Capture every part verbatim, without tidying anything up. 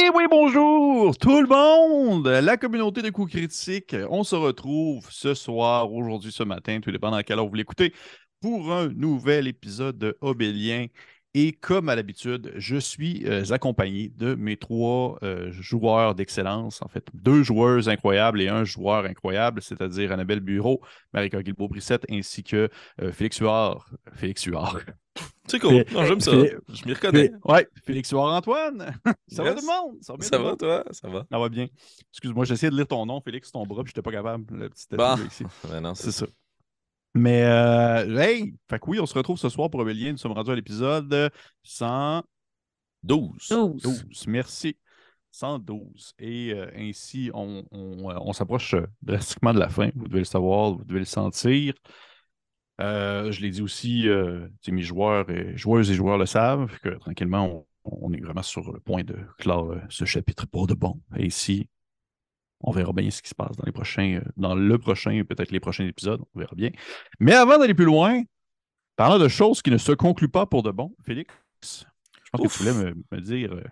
Et oui, bonjour tout le monde, la communauté de coups critiques. On se retrouve ce soir, aujourd'hui, ce matin, tout dépend à quelle heure vous l'écoutez, pour un nouvel épisode de Obélien. Et comme à l'habitude, je suis euh, accompagné de mes trois euh, joueurs d'excellence, en fait, deux joueuses incroyables et un joueur incroyable, c'est-à-dire Annabelle Bureau, Marika Guilbeault-Brissette, ainsi que euh, Félix Huard. Félix Huard. C'est cool. Fé- Non, j'aime ça. Fé- Je m'y reconnais. Fé- ouais, Félix Huard-Antoine. Ça va tout le Yes. monde? Ça va bien tout Ça le va, monde? toi? Ça va? Ça va bien. Excuse-moi, j'essayais de lire ton nom, Félix, ton bras, puis j'étais pas capable, le petit tatou Bah, là, ici. ben non, c'est C'est ça. ça. Mais, euh, hey, fait que oui, on se retrouve ce soir pour Obélien. Nous sommes rendus à l'épisode cent Douze. douze. douze. Merci. cent douze. Et euh, ainsi, on, on, euh, on s'approche euh, drastiquement de la fin. Vous devez le savoir, vous devez le sentir. Euh, je l'ai dit aussi, euh, tu sais, mes joueurs et joueuses et joueurs le savent, que tranquillement, on, on est vraiment sur le point de clore euh, ce chapitre pour de bon. Et ici, on verra bien ce qui se passe dans les prochains, euh, dans le prochain, peut-être les prochains épisodes, on verra bien. Mais avant d'aller plus loin, parlant de choses qui ne se concluent pas pour de bon, Félix, je pense que tu voulais Ouf. me, me dire. euh,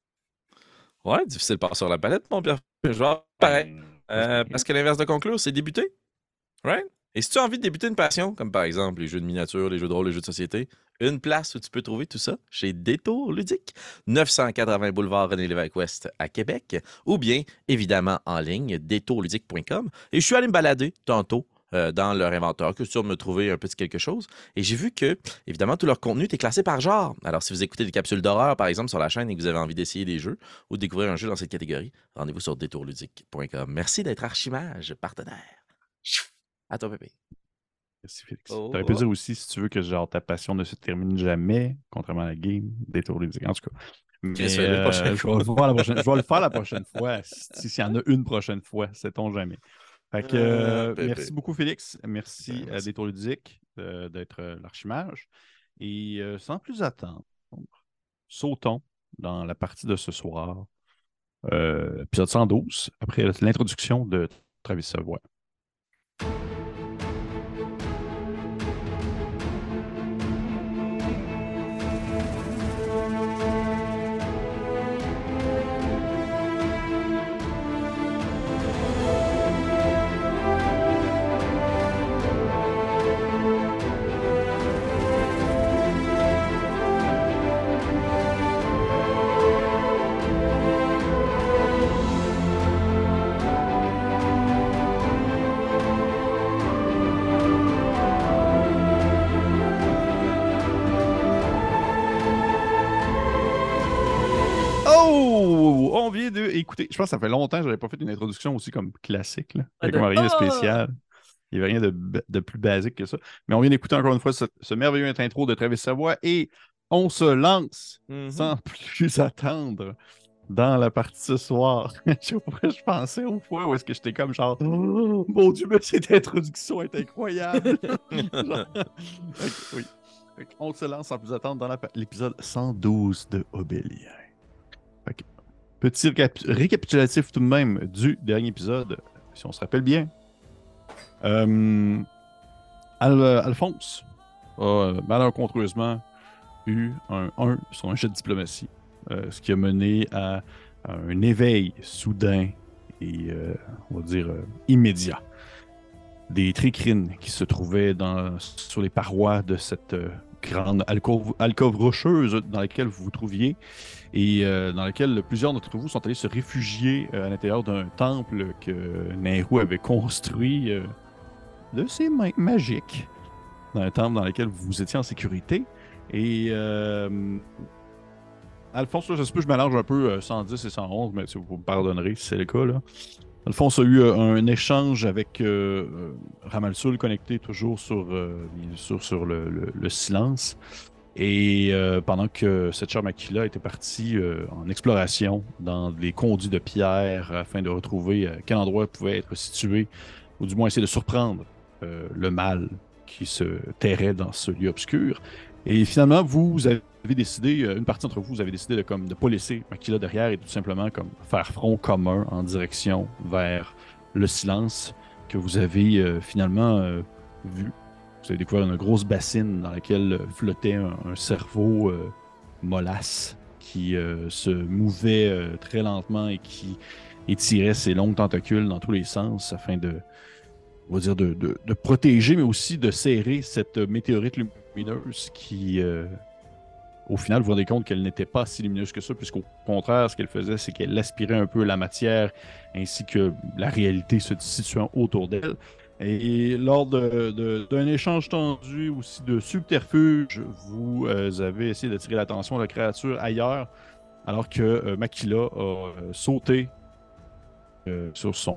Ouais, difficile pas sur la palette, mon Pierre. Je vais pareil. ben, Euh, vas-y. parce que l'inverse de conclure, c'est débuter. Right? Et si tu as envie de débuter une passion, comme par exemple les jeux de miniature, les jeux de rôle, les jeux de société, une place où tu peux trouver tout ça, chez Détour Ludique, neuf cent quatre-vingts boulevard René-Lévesque-Ouest à Québec, ou bien, évidemment, en ligne, détour ludique point com. Et je suis allé me balader tantôt euh, dans leur inventeur, que sûr de me trouver un petit quelque chose. Et j'ai vu que, évidemment, tout leur contenu est classé par genre. Alors, si vous écoutez des capsules d'horreur, par exemple, sur la chaîne et que vous avez envie d'essayer des jeux ou de découvrir un jeu dans cette catégorie, rendez-vous sur détour ludique point com. Merci d'être Archimage, partenaire. À toi, Pépé. Merci, Félix. Oh, T'aurais pu oh. dire aussi, si tu veux que genre ta passion ne se termine jamais, contrairement à la game, détour ludique. En tout cas. Chris, Mais fais-le le prochain euh, je vais coup. le faire la prochaine, je vais le faire la prochaine fois, si- s'il y en a une prochaine fois, sait-on jamais. Fait que, Ah, euh, Pépé. merci beaucoup, Félix. Ben, Merci à merci. Détour Ludique euh, d'être euh, l'archimage. Et euh, sans plus attendre, sautons dans la partie de ce soir, euh, épisode cent douze, après l'introduction de Travis Savoie. Oh! On vient de. Écoutez, je pense que ça fait longtemps que je n'avais pas fait une introduction aussi comme classique, là. Il Ah, n'y de- avait comme rien de Ah! spécial. Il n'y avait rien de, ba- de plus basique que ça. Mais on vient d'écouter encore une fois ce, ce merveilleux intro de Travis Savoie et on se lance Mhm. sans plus attendre dans la partie ce soir. Je sais pas pourquoi je pensais aux fois où est-ce que j'étais comme genre oh, mon Dieu, mais cette introduction est incroyable. Genre, fait que, oui. Fait que on se lance sans plus attendre dans la pa- l'épisode cent douze de Obélien. Fait que, petit récap- récapitulatif tout de même du dernier épisode, si on se rappelle bien. Euh, Al- Alphonse a euh, malencontreusement eu un un sur un jet de diplomatie, euh, ce qui a mené à, à un éveil soudain et, euh, on va dire, euh, immédiat des tricrines qui se trouvaient dans, sur les parois de cette euh, grande alcôve, alcôve rocheuse dans laquelle vous vous trouviez et euh, dans laquelle plusieurs d'entre vous sont allés se réfugier euh, à l'intérieur d'un temple que Nehru avait construit euh, de ses mains magiques, dans un temple dans lequel vous étiez en sécurité. Et euh, Alphonse, là, je sais pas, je mélange un peu euh, cent dix et cent onze, mais si vous me pardonnerez si c'est le cas, là. Alphonse a eu euh, un échange avec euh, euh, Ramalsul connecté toujours sur, euh, bien sûr, sur le, le- le silence. Et euh, pendant que cette chère Makila était partie euh, en exploration dans les conduits de pierre afin de retrouver euh, quel endroit pouvait être situé, ou du moins essayer de surprendre euh, le mal qui se terrait dans ce lieu obscur. Et finalement, vous avez décidé, euh, une partie d'entre vous, vous avez décidé de comme de pas laisser Makila derrière et tout simplement comme faire front commun en direction vers le silence que vous avez euh, finalement euh, vu. Vous avez découvert une grosse bassine dans laquelle flottait un, un cerveau euh, mollasse qui euh, se mouvait euh, très lentement et qui étirait ses longues tentacules dans tous les sens afin de, on va dire, de, de, de protéger, mais aussi de serrer cette météorite lumineuse qui, euh, au final, vous vous rendez compte qu'elle n'était pas si lumineuse que ça, puisqu'au contraire, ce qu'elle faisait, c'est qu'elle aspirait un peu la matière ainsi que la réalité se situant autour d'elle. Et lors de, de, d'un échange tendu, aussi de subterfuge, vous euh, avez essayé d'attirer l'attention de la créature ailleurs, alors que euh, Makila a euh, sauté euh, sur son,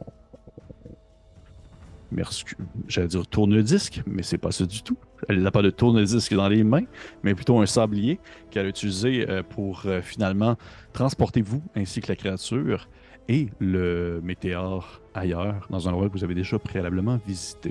j'allais dire tourne-disque, mais c'est pas ça du tout. Elle n'a pas de tourne-disque dans les mains, mais plutôt un sablier qu'elle a utilisé euh, pour euh, finalement transporter vous ainsi que la créature et le météore ailleurs, dans un endroit que vous avez déjà préalablement visité.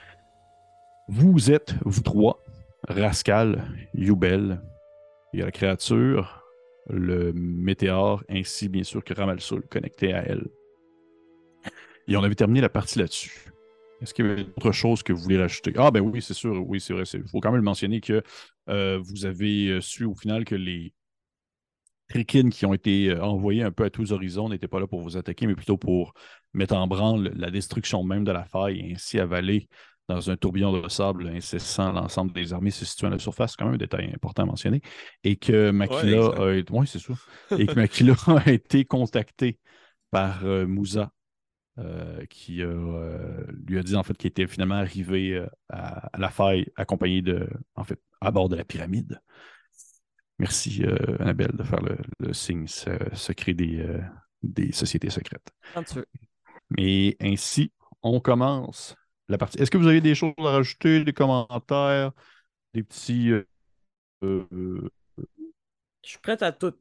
Vous êtes, vous trois, Rascal, Youbel, il y a la créature, le météore, ainsi bien sûr que Ramalsul connecté à elle. Et on avait terminé la partie là-dessus. Est-ce qu'il y avait autre chose que vous voulez rajouter? Ah, ben oui, c'est sûr, oui, c'est vrai. Il faut quand même le mentionner que euh, vous avez su au final que les Trickins qui ont été euh, envoyés un peu à tous les horizons n'étaient pas là pour vous attaquer, mais plutôt pour mettre en branle la destruction même de la faille et ainsi avaler dans un tourbillon de sable incessant l'ensemble des armées se situant à la surface. C'est quand même un détail important à mentionner. Et que Ouais, Makila exact. a été... Oui, c'est ça. Et que Makila a été contacté par euh, Moussa euh, qui euh, lui a dit en fait qu'il était finalement arrivé euh, à, à la faille accompagné de, en fait, à bord de la pyramide. Merci euh, Annabelle de faire le, le signe se- secret des, euh, des sociétés secrètes. Quand tu veux. Et ainsi, on commence la partie. Est-ce que vous avez des choses à rajouter, des commentaires, des petits... euh, euh, Je suis prête à tout.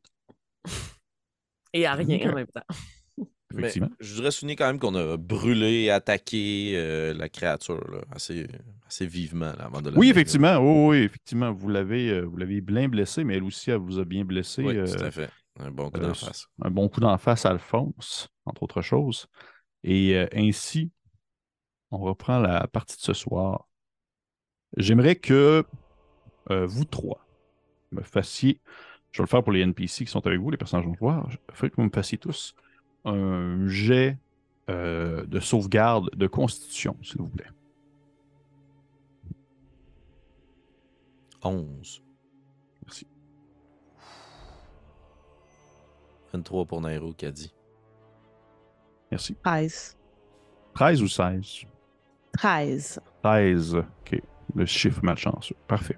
Et à rien Ok. en même temps. Mais Effectivement. je voudrais souligner quand même qu'on a brûlé et attaqué euh, la créature là, assez, assez vivement là, avant de la Oui, mener. effectivement. Oh, oui, effectivement. Vous l'avez euh, vous l'avez bien blessé, mais elle aussi, elle vous a bien blessé. Oui, tout euh, à fait. Un bon coup euh, d'en face. un bon coup d'en face à Alphonse, entre autres choses. Et euh, ainsi, on reprend la partie de ce soir. J'aimerais que euh, vous trois me fassiez, je vais le faire pour les N P C qui sont avec vous, les personnages vont voir, il faudrait que vous me fassiez tous un jet euh, de sauvegarde de constitution, s'il vous plaît. onze. Merci. vingt-trois pour Nairo qui a dit. Merci. treize. treize ou seize? treize. treize. OK. Le chiffre malchanceux. Parfait.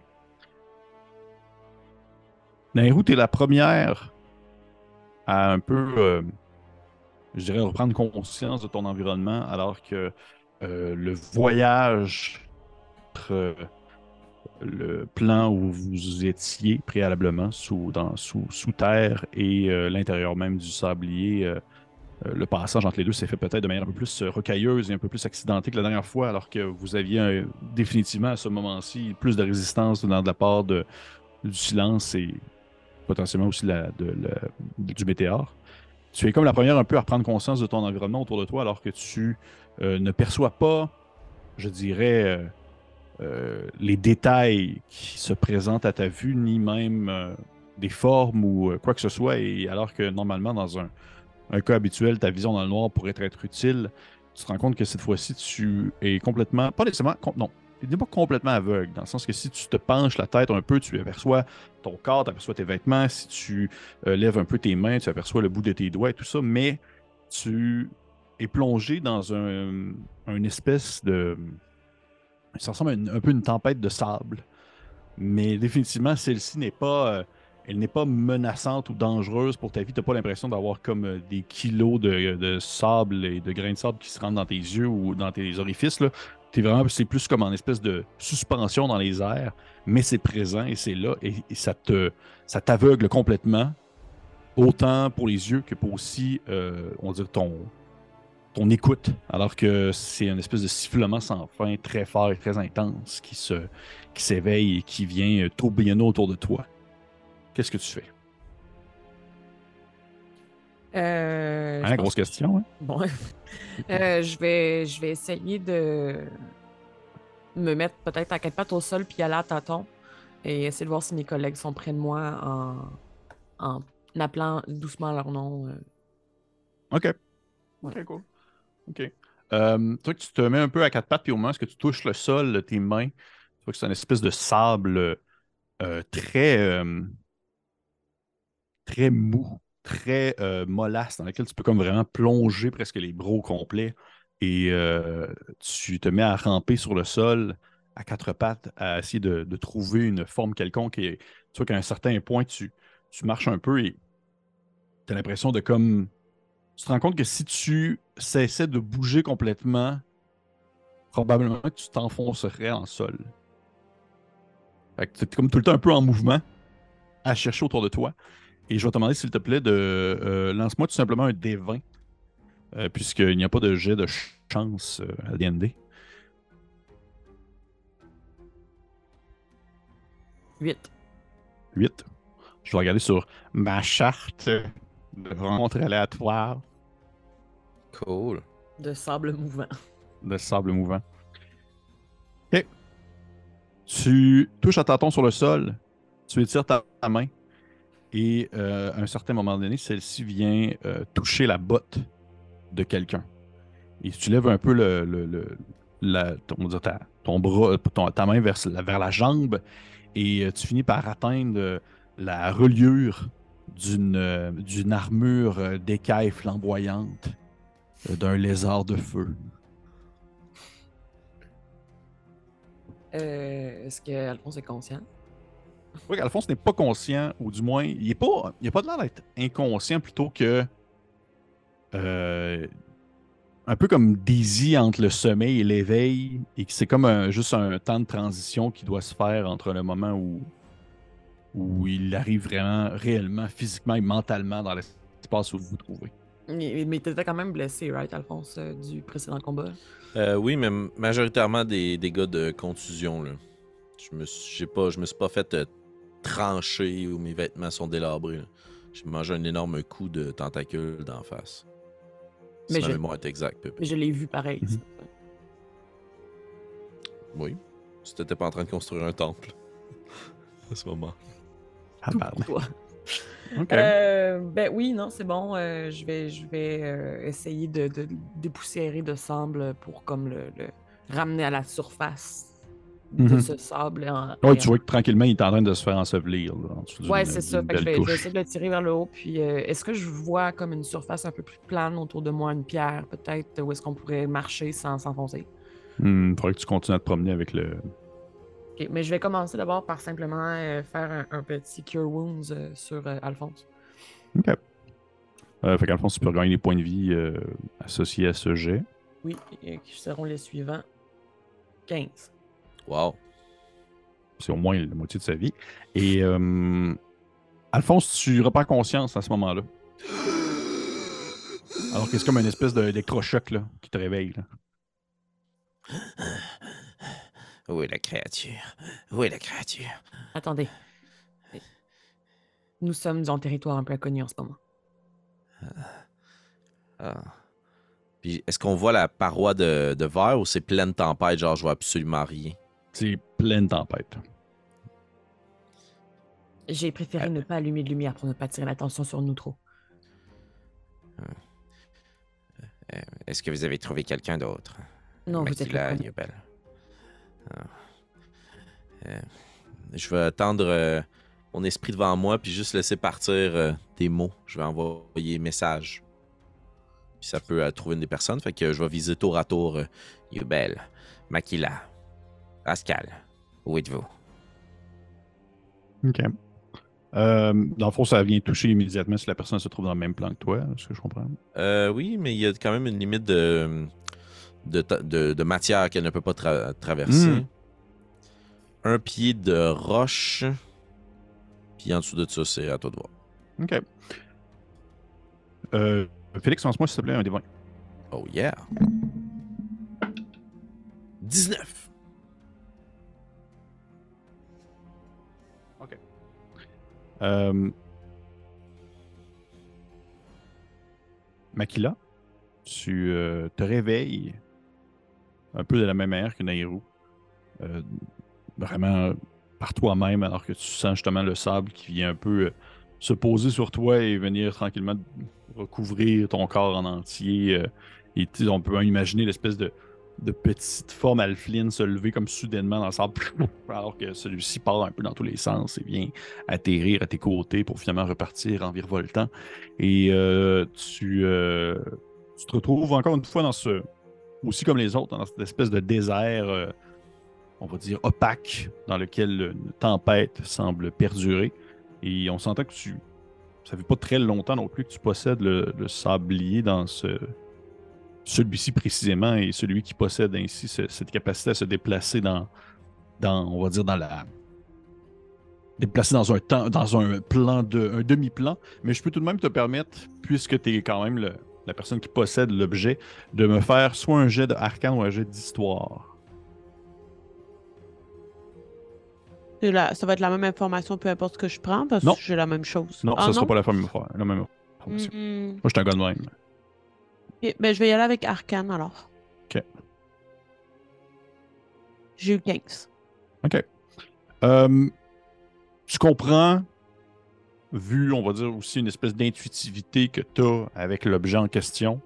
Nairou, tu es la première à un peu, euh, je dirais, reprendre conscience de ton environnement alors que euh, le voyage entre euh, le plan où vous étiez préalablement sous, dans, sous, sous terre et euh, l'intérieur même du sablier, euh, euh, le passage entre les deux s'est fait peut-être de manière un peu plus euh, rocailleuse et un peu plus accidentée que la dernière fois, alors que vous aviez euh, définitivement à ce moment-ci plus de résistance dans de la part de, du silence et potentiellement aussi la, de, la- du météore. Tu es comme la première un peu à reprendre conscience de ton environnement autour de toi, alors que tu euh, ne perçois pas, je dirais, euh, euh, les détails qui se présentent à ta vue, ni même euh, des formes ou euh, quoi que ce soit. Et alors que normalement, dans un, un cas habituel, ta vision dans le noir pourrait être utile, tu te rends compte que cette fois-ci, tu es complètement, pas nécessairement, com- non, tu n'es pas complètement aveugle, dans le sens que si tu te penches la tête un peu, tu aperçois ton corps, tu aperçois tes vêtements, si tu euh, lèves un peu tes mains, tu aperçois le bout de tes doigts et tout ça, mais tu es plongé dans un, une espèce de... Ça ressemble à une- un peu une tempête de sable. Mais définitivement, celle-ci n'est pas, euh, elle n'est pas menaçante ou dangereuse pour ta vie. Tu n'as pas l'impression d'avoir comme euh, des kilos de, de sable et de grains de sable qui se rentrent dans tes yeux ou dans tes orifices, là. T'es vraiment, c'est plus comme en espèce de suspension dans les airs, mais c'est présent et c'est là et, et ça te, ça t'aveugle complètement, autant pour les yeux que pour aussi, euh, on va dire, ton, ton écoute, alors que c'est une espèce de sifflement sans fin, très fort et très intense, qui se, qui s'éveille et qui vient euh, tourbillonner autour de toi. Qu'est-ce que tu fais? Euh, je Hein, pense grosse que- question, hein? Bon. Euh, je vais, je vais essayer de me mettre peut-être à quatre pattes au sol puis aller à tâtons et essayer de voir si mes collègues sont près de moi en, en appelant doucement leur nom. euh. OK. Ouais. OK, cool. OK. Euh, tu vois que tu te mets un peu à quatre pattes, puis au moment où tu touches le sol, tes mains, tu vois que c'est une espèce de sable euh, très, euh, très mou, très euh, mollasse, dans lequel tu peux comme vraiment plonger presque les bras au complet. Et euh, tu te mets à ramper sur le sol à quatre pattes, à essayer de, de trouver une forme quelconque. Et tu vois qu'à un certain point, tu, tu marches un peu et tu as l'impression de comme. Tu te rends compte que si tu cessais de bouger complètement, probablement que tu t'enfoncerais en sol. Fait que tu es comme tout le temps un peu en mouvement à chercher autour de toi. Et je vais te demander, s'il te plaît, de euh, lance-moi tout simplement un dé vingt, euh, puisqu'il n'y a pas de jet de chance euh, à D and D. Huit. huit. Je vais regarder sur ma charte de rencontre aléatoire Cool. De sable mouvant. de sable mouvant. OK. Tu touches un tâton sur le sol, tu étires ta, ta main, et euh, à un certain moment donné, celle-ci vient euh, toucher la botte de quelqu'un. Et tu lèves un peu le, le- le- la, ton, on va dire ta, ton bras, ton- ta main vers la, vers la jambe, et euh, tu finis par atteindre euh, la reliure d'une euh, d'une armure euh, d'écaille flamboyante euh, d'un lézard de feu. Euh, Est-ce que Alphonse est conscient? Oui, Alphonse n'est pas conscient, ou du moins, il n'est pas, il a pas l'air d'être inconscient plutôt que euh, un peu comme Daisy entre le sommeil et l'éveil, et que c'est comme un- juste un temps de transition qui doit se faire entre le moment où, où il arrive vraiment, réellement, physiquement et mentalement dans l'espace où vous vous trouvez. Mais, mais t'étais quand même blessé, right, Alphonse, euh, du précédent combat? Euh, oui, mais majoritairement des dégâts de contusion. Là. Je me suis, j'ai pas, je me suis pas fait euh, trancher ou mes vêtements sont délabrés. là. J'ai mangé un énorme coup de tentacule d'en face. Si Mais ma je, mémoire est exacte, Pépé. mais je l'ai vu pareil. Mhm. ça. Oui. Si t'étais pas en train de construire un temple à ce moment. Ah, Tout pardon. pour toi. OK. Euh, ben oui, non, c'est bon. euh, je vais, je vais euh, essayer de, de dépoussiérer de sable pour comme le, le ramener à la surface de Mhm. ce sable. En, Ouais, et tu en- vois que tranquillement, il est en train de se faire ensevelir là, en dessous d'une Ouais, c'est ça. d'une Fait que je belle vais, je vais couche. essayer de le tirer vers le haut. Puis, euh, est-ce que je vois comme une surface un peu plus plane autour de moi, une pierre peut-être, où est-ce qu'on pourrait marcher sans s'enfoncer? Il faudrait que tu continues à te promener avec le. Ok, mais je vais commencer d'abord par simplement euh, faire un, un petit Cure Wounds euh, sur euh, Alphonse. OK. Euh, fait qu'Alphonse, tu peux regagner des points de vie euh, associés à ce jet. Oui, et qui seront les suivants. quinze. Wow. C'est au moins la moitié de sa vie. Et euh, Alphonse, tu reprends conscience à ce moment-là. Alors que c'est comme une espèce d'électrochoc là, qui te réveille. Là. Où est la créature? Où est la créature? Attendez. Nous sommes dans un territoire un peu inconnu en ce moment. Ah. Puis est-ce qu'on voit la paroi de, de verre ou c'est pleine tempête, genre je vois absolument rien? C'est pleine tempête. J'ai préféré Euh, ne pas allumer de lumière pour ne pas attirer l'attention sur nous trop. euh, est-ce que vous avez trouvé quelqu'un d'autre? Non, vous êtes le Makila, premier. Yubel. Ah. Euh, je vais tendre euh, mon esprit devant moi puis juste laisser partir euh, des mots. Je vais envoyer message. Puis ça peut euh, trouver une des personnes. Fait que je vais viser tour à tour euh, Yubel, Makila, Pascal. Où êtes-vous? OK. Euh, dans le fond, ça vient toucher immédiatement si la personne se trouve dans le même plan que toi, est-ce que je comprends? Euh, oui, mais il y a quand même une limite de, de, ta- de- de matière qu'elle ne peut pas tra- traverser. Mm. Un pied de roche. Puis en dessous de ça, c'est à toi de voir. OK. Euh, Félix, lance-moi s'il te plaît un des vingt. Oh yeah! dix-neuf! OK. Euh, Makila, tu euh, te réveilles un peu de la même manière que Nairou. Euh, vraiment par toi-même, alors que tu sens justement le sable qui vient un peu euh, se poser sur toi et venir tranquillement recouvrir ton corps en entier. euh, et tu sais, on peut même imaginer l'espèce de, de petite forme alpheline se lever comme soudainement dans le sable, alors que celui-ci part un peu dans tous les sens et vient atterrir à tes côtés pour finalement repartir en virevoltant. Et euh, tu, euh, tu te retrouves encore une fois dans ce, aussi comme les autres, dans cette espèce de désert, euh, on va dire opaque, dans lequel une tempête semble perdurer. Et on s'entend que tu, ça fait pas très longtemps non plus que tu possèdes le, le sablier dans ce, celui-ci précisément et celui qui possède ainsi ce- cette capacité à se déplacer dans, dans, on va dire, dans la, déplacer dans un temps, dans un plan de, un demi-plan. Mais je peux tout de même te permettre, puisque tu es quand même le- la personne qui possède l'objet, de me faire soit un jet d'arcane ou un jet d'histoire. C'est la- Ça va être la même information, peu importe ce que je prends, parce Non. que j'ai la même chose. Non, Ah ça non? sera pas la même fois, la même information. Mm, Moi, je suis un gars de même. ok, ben, je vais y aller avec Arcane alors. OK. J'ai eu quinze. OK. Euh, tu comprends, vu, on va dire aussi, une espèce d'intuitivité que tu as avec l'objet en question,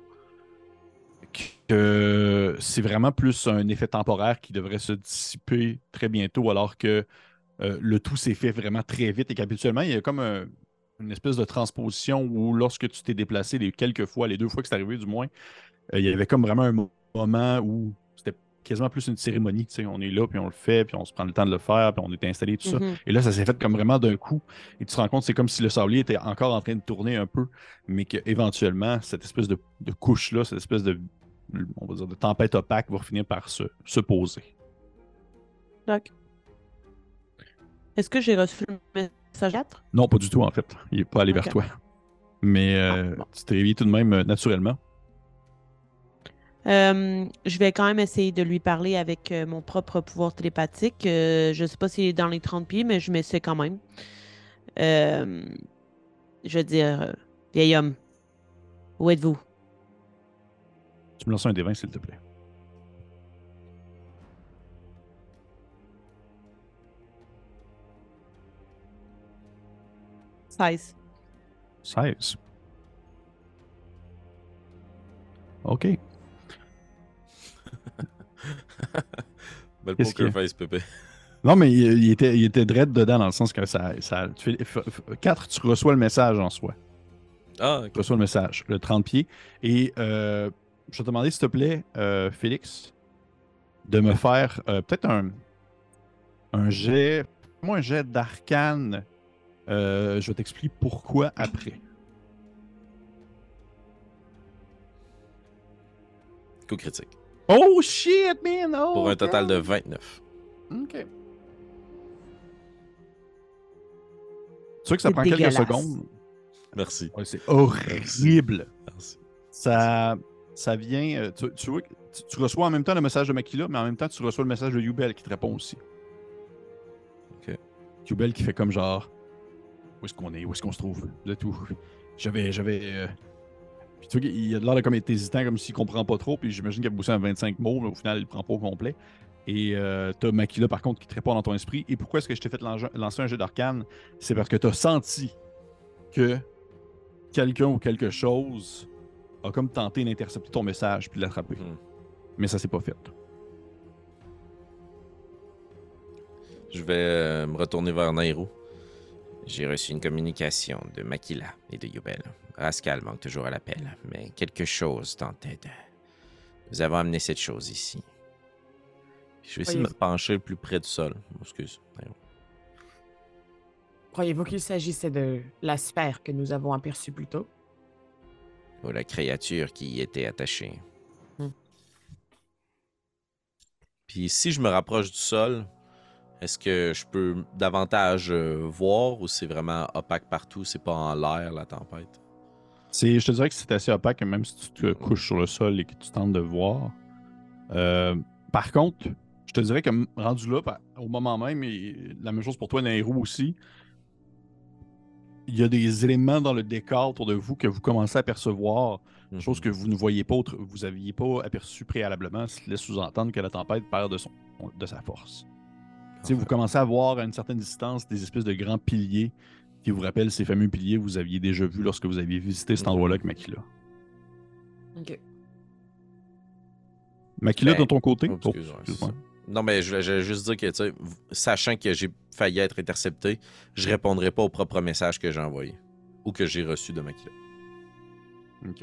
que c'est vraiment plus un effet temporaire qui devrait se dissiper très bientôt, alors que euh, le tout s'est fait vraiment très vite et qu'habituellement, il y a comme un- une espèce de transposition où lorsque tu t'es déplacé les quelques fois, les deux fois que c'est arrivé du moins, euh, il y avait comme vraiment un mo- moment où c'était quasiment plus une cérémonie. Tu sais, on est là, puis on le fait, puis on se prend le temps de le faire, puis on est installé, tout ça. Mhm. Et là, ça s'est fait comme vraiment d'un coup. Et tu te rends compte, c'est comme si le sablier était encore en train de tourner un peu, mais qu'éventuellement, cette espèce de, de couche-là, cette espèce de, on va dire, de tempête opaque va finir par se, se poser. Donc. Est-ce que j'ai reçu le message quatre? Non, pas du tout, en fait. Il n'est pas allé Ok. vers toi. Mais euh, Ah, bon. tu t'es réveillé tout de même euh, naturellement. Euh, je vais quand même essayer de lui parler avec euh, mon propre pouvoir télépathique. Euh, je sais pas s'il est dans les trente pieds, mais je m'essaie quand même. Euh, je veux dire, euh, vieil homme, où êtes-vous? Tu me lances un des vingt, s'il te plaît. seize. seize. OK. Belle Qu'est-ce poker qu'il y a? face, Pépé. Non, mais il, il était, il était dread dedans dans le sens que ça. ça tu fais, quatre, tu reçois le message en soi. Ah, Tu ok. reçois le message, le trente pieds. Et euh, je vais te demander, s'il te plaît, euh, Félix, de me faire euh, peut-être un, un jet. Moi, un jet d'arcane. Euh, je vais t'expliquer pourquoi après. Coup critique. Oh shit, man! Oh, Pour un total de God. vingt-neuf. OK. Tu sais que ça C'est prend quelques dégueulasse. secondes. Merci. Ouais, c'est horrible. Merci. Ça, ça vient. euh, Tu, tu vois, que tu, tu reçois en même temps le message de Makila, mais en même temps, tu reçois le message de Yubel qui te répond aussi. Ok. Yubel qui fait comme genre où est-ce qu'on est, où est-ce qu'on se trouve, de tout. J'avais. j'avais euh, Puis tu vois, il a l'air de comme être hésitant, comme s'il comprend pas trop, puis j'imagine qu'il a bossé à vingt-cinq mots, mais au final, il le prend pas au complet. Et euh, t'as Makila, par contre, qui te répond dans ton esprit. Et pourquoi est-ce que je t'ai fait lancer lancer un jeu d'arcane? C'est parce que t'as senti que quelqu'un ou quelque chose a comme tenté d'intercepter ton message puis de l'attraper. Hmm. Mais ça s'est pas fait. Je vais euh, me retourner vers Nairo. J'ai reçu une communication de Makila et de Yubel. Rascal manque toujours à l'appel, mais quelque chose tentait de... Nous avons amené cette chose ici. Je vais essayer de me Voyez-vous- pencher le plus près du sol. Excuse. Nairo. Croyez-vous qu'il s'agissait de la sphère que nous avons aperçue plus tôt? Ou la créature qui y était attachée. Hmm. Puis si je me rapproche du sol, est-ce que je peux davantage euh, voir ou c'est vraiment opaque partout, c'est pas en l'air la tempête? C'est, je te dirais que c'est assez opaque, même si tu te couches sur le sol et que tu tentes de voir. Euh, par contre, je te dirais que m- rendu là, pa- au moment même, et la même chose pour toi, Nairou aussi, il y a des éléments dans le décor autour de vous que vous commencez à percevoir, Mhm. chose que vous ne voyez pas, autre- vous n'aviez pas aperçu préalablement, ce qui laisse sous-entendre que la tempête perd de, son, de sa force. Tu sais, vous Parfait. commencez à voir à une certaine distance des espèces de grands piliers qui vous rappelle ces fameux piliers que vous aviez déjà vus lorsque vous aviez visité cet Mhm. endroit-là avec Makila. Ok. Makila, Ben, de ton côté? Oh, Oh, excuse, ouais, c'est excuse-moi. ça. Non, mais je voulais je voulais juste dire que, tu sais, v- sachant que j'ai failli être intercepté, je répondrai pas au propre message que j'ai envoyé ou que j'ai reçu de Makila. Ok.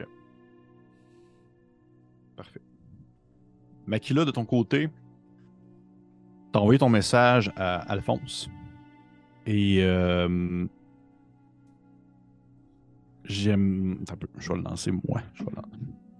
Parfait. Makila, de ton côté, t'as envoyé ton message à Alphonse. Et euh, j'aime. Attends un peu, je vais le lancer moi. Je vais le lancer.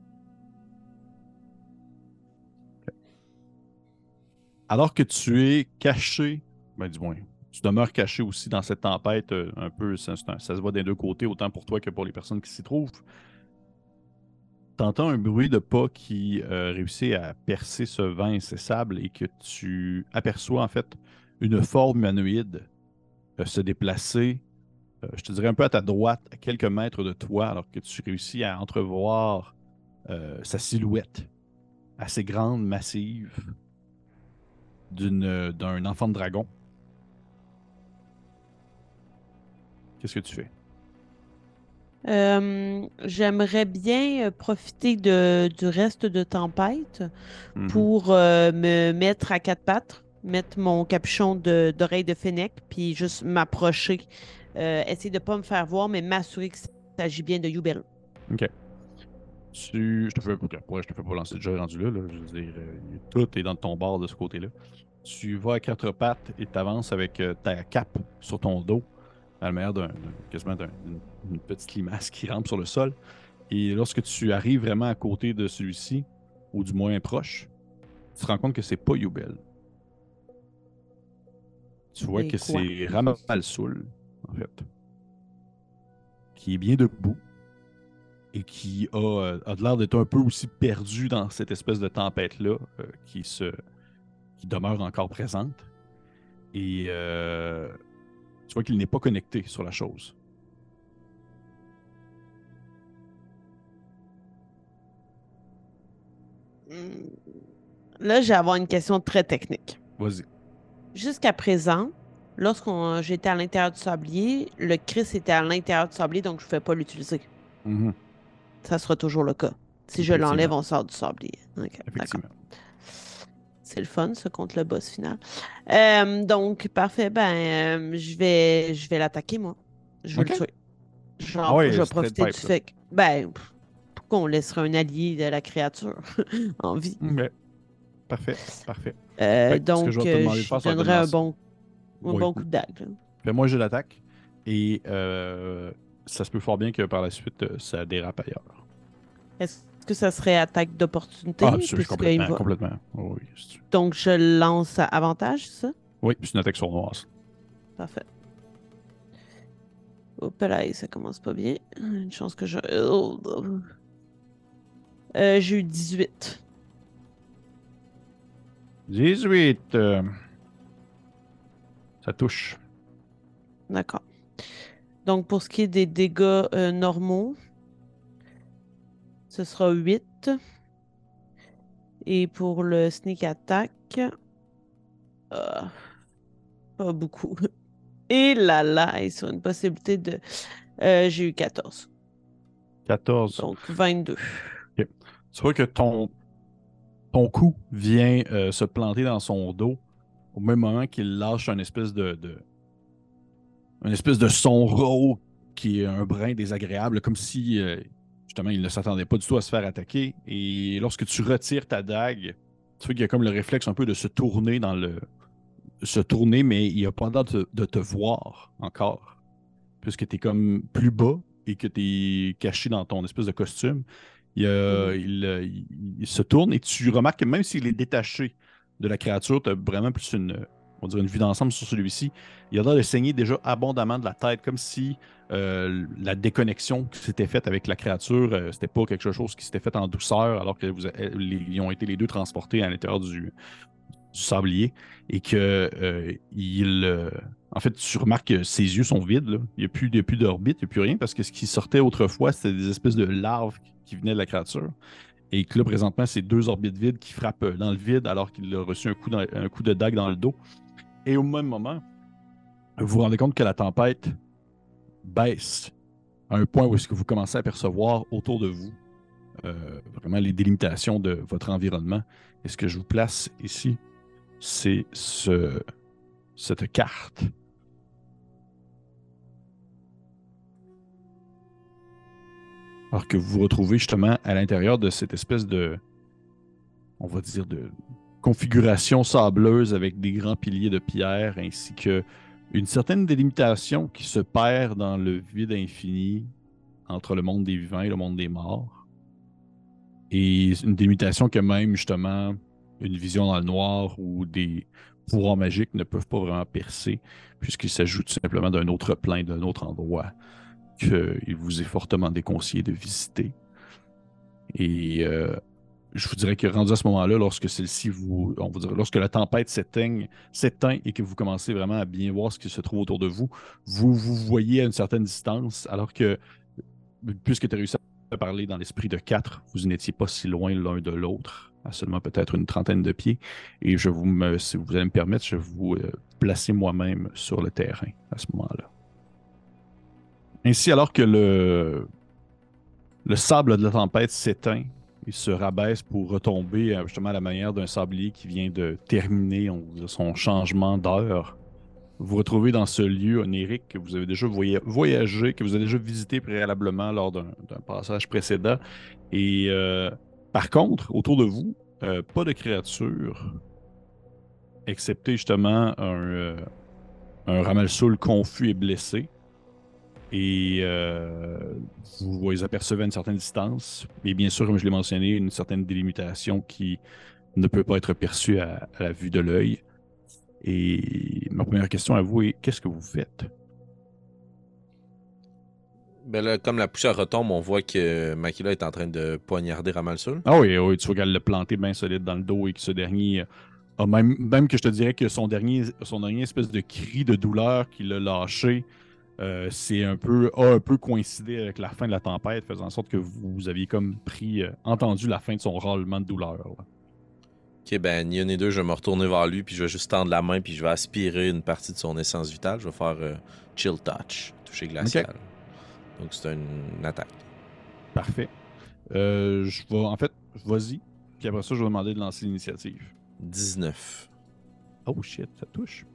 Ok. Alors que tu es caché, ben du moins, tu demeures caché aussi dans cette tempête, euh, un peu, ça, c'est un- ça se voit des deux côtés, autant pour toi que pour les personnes qui s'y trouvent. T'entends un bruit de pas qui euh, réussit à percer ce vent incessable et que tu aperçois en fait une forme humanoïde euh, se déplacer, euh, je te dirais un peu à ta droite, à quelques mètres de toi, alors que tu réussis à entrevoir euh, sa silhouette assez grande, massive, d'une, d'un enfant de dragon. Qu'est-ce que tu fais? Euh, j'aimerais bien euh, profiter de, du reste de tempête Mhm. pour euh, me mettre à quatre pattes, mettre mon capuchon de- d'oreille de fennec, puis juste m'approcher. Euh, essayer de ne pas me faire voir, mais m'assurer qu'il s'agit bien de Yubel. OK. Tu... Je te fais... Pourquoi je te fais pas lancer de jeu rendu là, là? Je veux dire, euh, tout est dans ton bord de ce côté-là. Tu vas à quatre pattes et tu avances avec euh, ta cape sur ton dos, à la manière d'un, d'un- quasiment d'un- d'une une petite limace qui rampe sur le sol. Et lorsque tu arrives vraiment à côté de celui-ci, ou du moins proche, tu te rends compte que c'est pas Yubel. Tu vois Et que quoi? c'est Ramal Soul, en fait, qui est bien debout et qui a, euh, a de l'air d'être un peu aussi perdu dans cette espèce de tempête-là euh, qui, se, qui demeure encore présente. Et euh, tu vois qu'il n'est pas connecté sur la chose. Hmm. Là, je vais avoir une question très technique. Vas-y. Jusqu'à présent, lorsqu'on j'étais à l'intérieur du sablier, le Chris était à l'intérieur du sablier, donc je ne pouvais pas l'utiliser. Mhm. Ça sera toujours le cas. Si je Effectivement. l'enlève, on sort du sablier. OK, d'accord. Effectivement. C'est le fun, ça, contre le boss final. Euh, donc, parfait. Ben, euh, je vais, je vais l'attaquer, moi. Je vais OK. le tuer. Ah Genre, ouais, je vais straight profiter pipe, du là. fait que, ben, pff, pourquoi on laisserait un allié de la créature en vie? OK. Parfait. Parfait. Euh, Fait que ce que je donc, vais te euh, demander de je faire, ça va être de me donnerais un lancer. bon, un Oui. bon coup de dague, là. Fais-moi j'ai l'attaque. Et euh, ça se peut fort bien que par la suite, euh, ça dérape ailleurs. Est-ce que ça serait attaque Ah, d'opportunité, absolument, puisqu'il me complètement, va? complètement. Oh, oui, c'est sûr. Donc, je lance à avantage, c'est ça? Oui, c'est une attaque sournoise. Parfait. Hop là, ça commence pas bien. Une chance que je... Oh. Euh, j'ai eu dix-huit. dix-huit. euh, ça touche. D'accord. Donc, pour ce qui est des dégâts euh, normaux, ce sera huit. Et pour le sneak attack, euh, pas beaucoup. Et là, là, et sur une possibilité de... euh, j'ai eu quatorze. quatorze. Donc, vingt-deux. Ok. Tu vois que ton, ton coup vient euh, se planter dans son dos au même moment qu'il lâche un espèce de, de une espèce de son rauque qui est un brin désagréable, comme si euh, justement il ne s'attendait pas du tout à se faire attaquer. Et lorsque tu retires ta dague, tu vois qu'il y a comme le réflexe un peu de se tourner dans le. Se tourner, mais il n'a pas l'air de, de te voir encore. Puisque tu es comme plus bas et que tu es caché dans ton espèce de costume. Il, euh, Mhm. il, euh, il- il se tourne et tu remarques que même s'il est détaché de la créature, tu as vraiment plus une, on dirait une vue d'ensemble sur celui-ci. Il a l'air de saigner déjà abondamment de la tête, comme si euh, la déconnexion qui s'était faite avec la créature, euh, c'était pas quelque chose qui s'était fait en douceur, alors que vous a- les- ils ont été les deux transportés à l'intérieur du, du sablier et que euh, il. euh, en fait, tu remarques que ses yeux sont vides, là. Il n'y a plus, il y a plus d'orbite, il n'y a plus rien, parce que ce qui sortait autrefois, c'était des espèces de larves qui venaient de la créature. Et que là, présentement, c'est deux orbites vides qui frappent euh, dans le vide alors qu'il a reçu un coup, dans- un coup de dague dans le dos. Et au même moment, vous vous rendez compte que la tempête baisse à un point où est-ce que vous commencez à percevoir autour de vous euh, vraiment les délimitations de votre environnement. Et ce que je vous place ici, c'est ce, cette carte. Alors que vous vous retrouvez justement à l'intérieur de cette espèce de, on va dire, de configuration sableuse avec des grands piliers de pierre ainsi que une certaine délimitation qui se perd dans le vide infini entre le monde des vivants et le monde des morts. Et une délimitation que même, justement, une vision dans le noir ou des pouvoirs magiques ne peuvent pas vraiment percer, puisqu'il s'agit tout simplement d'un autre plan, d'un autre endroit qu'il vous est fortement déconseillé de visiter. Et euh, je vous dirais que rendu à ce moment-là, lorsque celle-ci vous, on va dire, lorsque la tempête s'éteigne, s'éteint et que vous commencez vraiment à bien voir ce qui se trouve autour de vous, vous vous voyez à une certaine distance, alors que, puisque tu as réussi à parler dans l'esprit de quatre, vous n'étiez pas si loin l'un de l'autre, à seulement peut-être une trentaine de pieds. Et je vous me, si vous allez me permettre, je vais vous euh, placer moi-même sur le terrain à ce moment-là. Ainsi, alors que le, le sable de la tempête s'éteint, il se rabaisse pour retomber justement à la manière d'un sablier qui vient de terminer on, son changement d'heure. Vous vous retrouvez dans ce lieu onirique que vous avez déjà voya voyagé, que vous avez déjà visité préalablement lors d'un passage précédent. Et euh, par contre, autour de vous, euh, pas de créatures, excepté justement un, euh, un Ramalsoul confus et blessé. Et euh, vous les apercevez à une certaine distance. Et bien sûr, comme je l'ai mentionné, une certaine délimitation qui ne peut pas être perçue à, à la vue de l'œil. Et ma première question à vous est, qu'est-ce que vous faites? Ben là, comme la poussière retombe, on voit que Makila est en train de poignarder Ramalsoul. Ah oui, oui, tu vois qu'elle l'a planté bien solide dans le dos et que ce dernier a même, même que je te dirais que son dernier, son dernier espèce de cri de douleur qu'il a lâché, Euh, c'est un peu, a un peu coïncidé avec la fin de la tempête, faisant en sorte que vous aviez comme pris, euh, entendu la fin de son râlement de douleur. Là. Ok, ben, ni un ni deux, je vais me retourner vers lui, puis je vais juste tendre la main, puis je vais aspirer une partie de son essence vitale. Je vais faire euh, Chill Touch, toucher glacial. Okay. Donc, c'est une, une attaque. Parfait. Euh, je vais, en fait, vas-y, puis après ça, je vais demander de lancer l'initiative. dix-neuf. Oh shit, ça touche.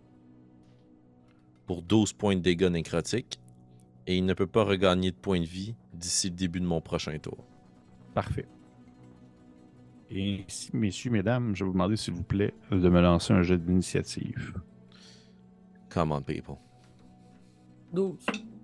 Pour douze points de dégâts nécrotiques, et il ne peut pas regagner de points de vie d'ici le début de mon prochain tour. Parfait. Et ainsi, messieurs, mesdames, je vais vous demander, s'il vous plaît, de me lancer un jet d'initiative. Come on, people. douze.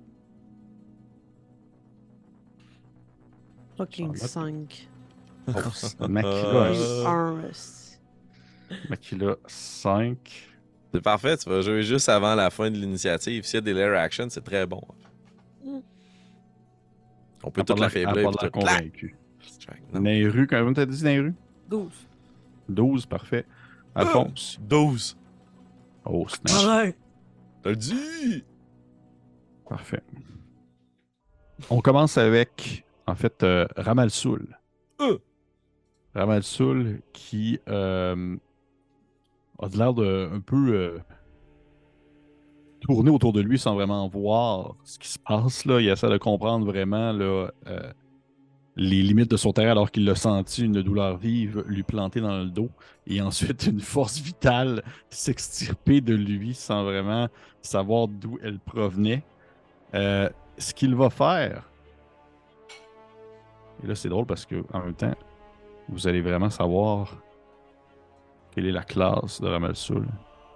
Fucking cinq. Oh, Makila, un. Makila, cinq. C'est parfait, tu vas jouer juste avant la fin de l'initiative. S'il y a des lair actions, c'est très bon. Mm. On peut toute l'affaiblir. Elle convaincu. Nairu, quand même, t'as dit Nairu? douze. douze, parfait. Alphonse? douze. Oh, snap. T'as le dit! Parfait. On commence avec, en fait, euh, Ramalsoul. Euh. Ramalsoul qui euh, a l'air de un peu euh, tourner autour de lui sans vraiment voir ce qui se passe. Là. Il essaie de comprendre vraiment là, euh, les limites de son terrain alors qu'il a senti une douleur vive lui planter dans le dos et ensuite une force vitale s'extirper de lui sans vraiment savoir d'où elle provenait. Euh, ce qu'il va faire, et là c'est drôle parce que en même temps, vous allez vraiment savoir quelle est la classe de Ramalsoul.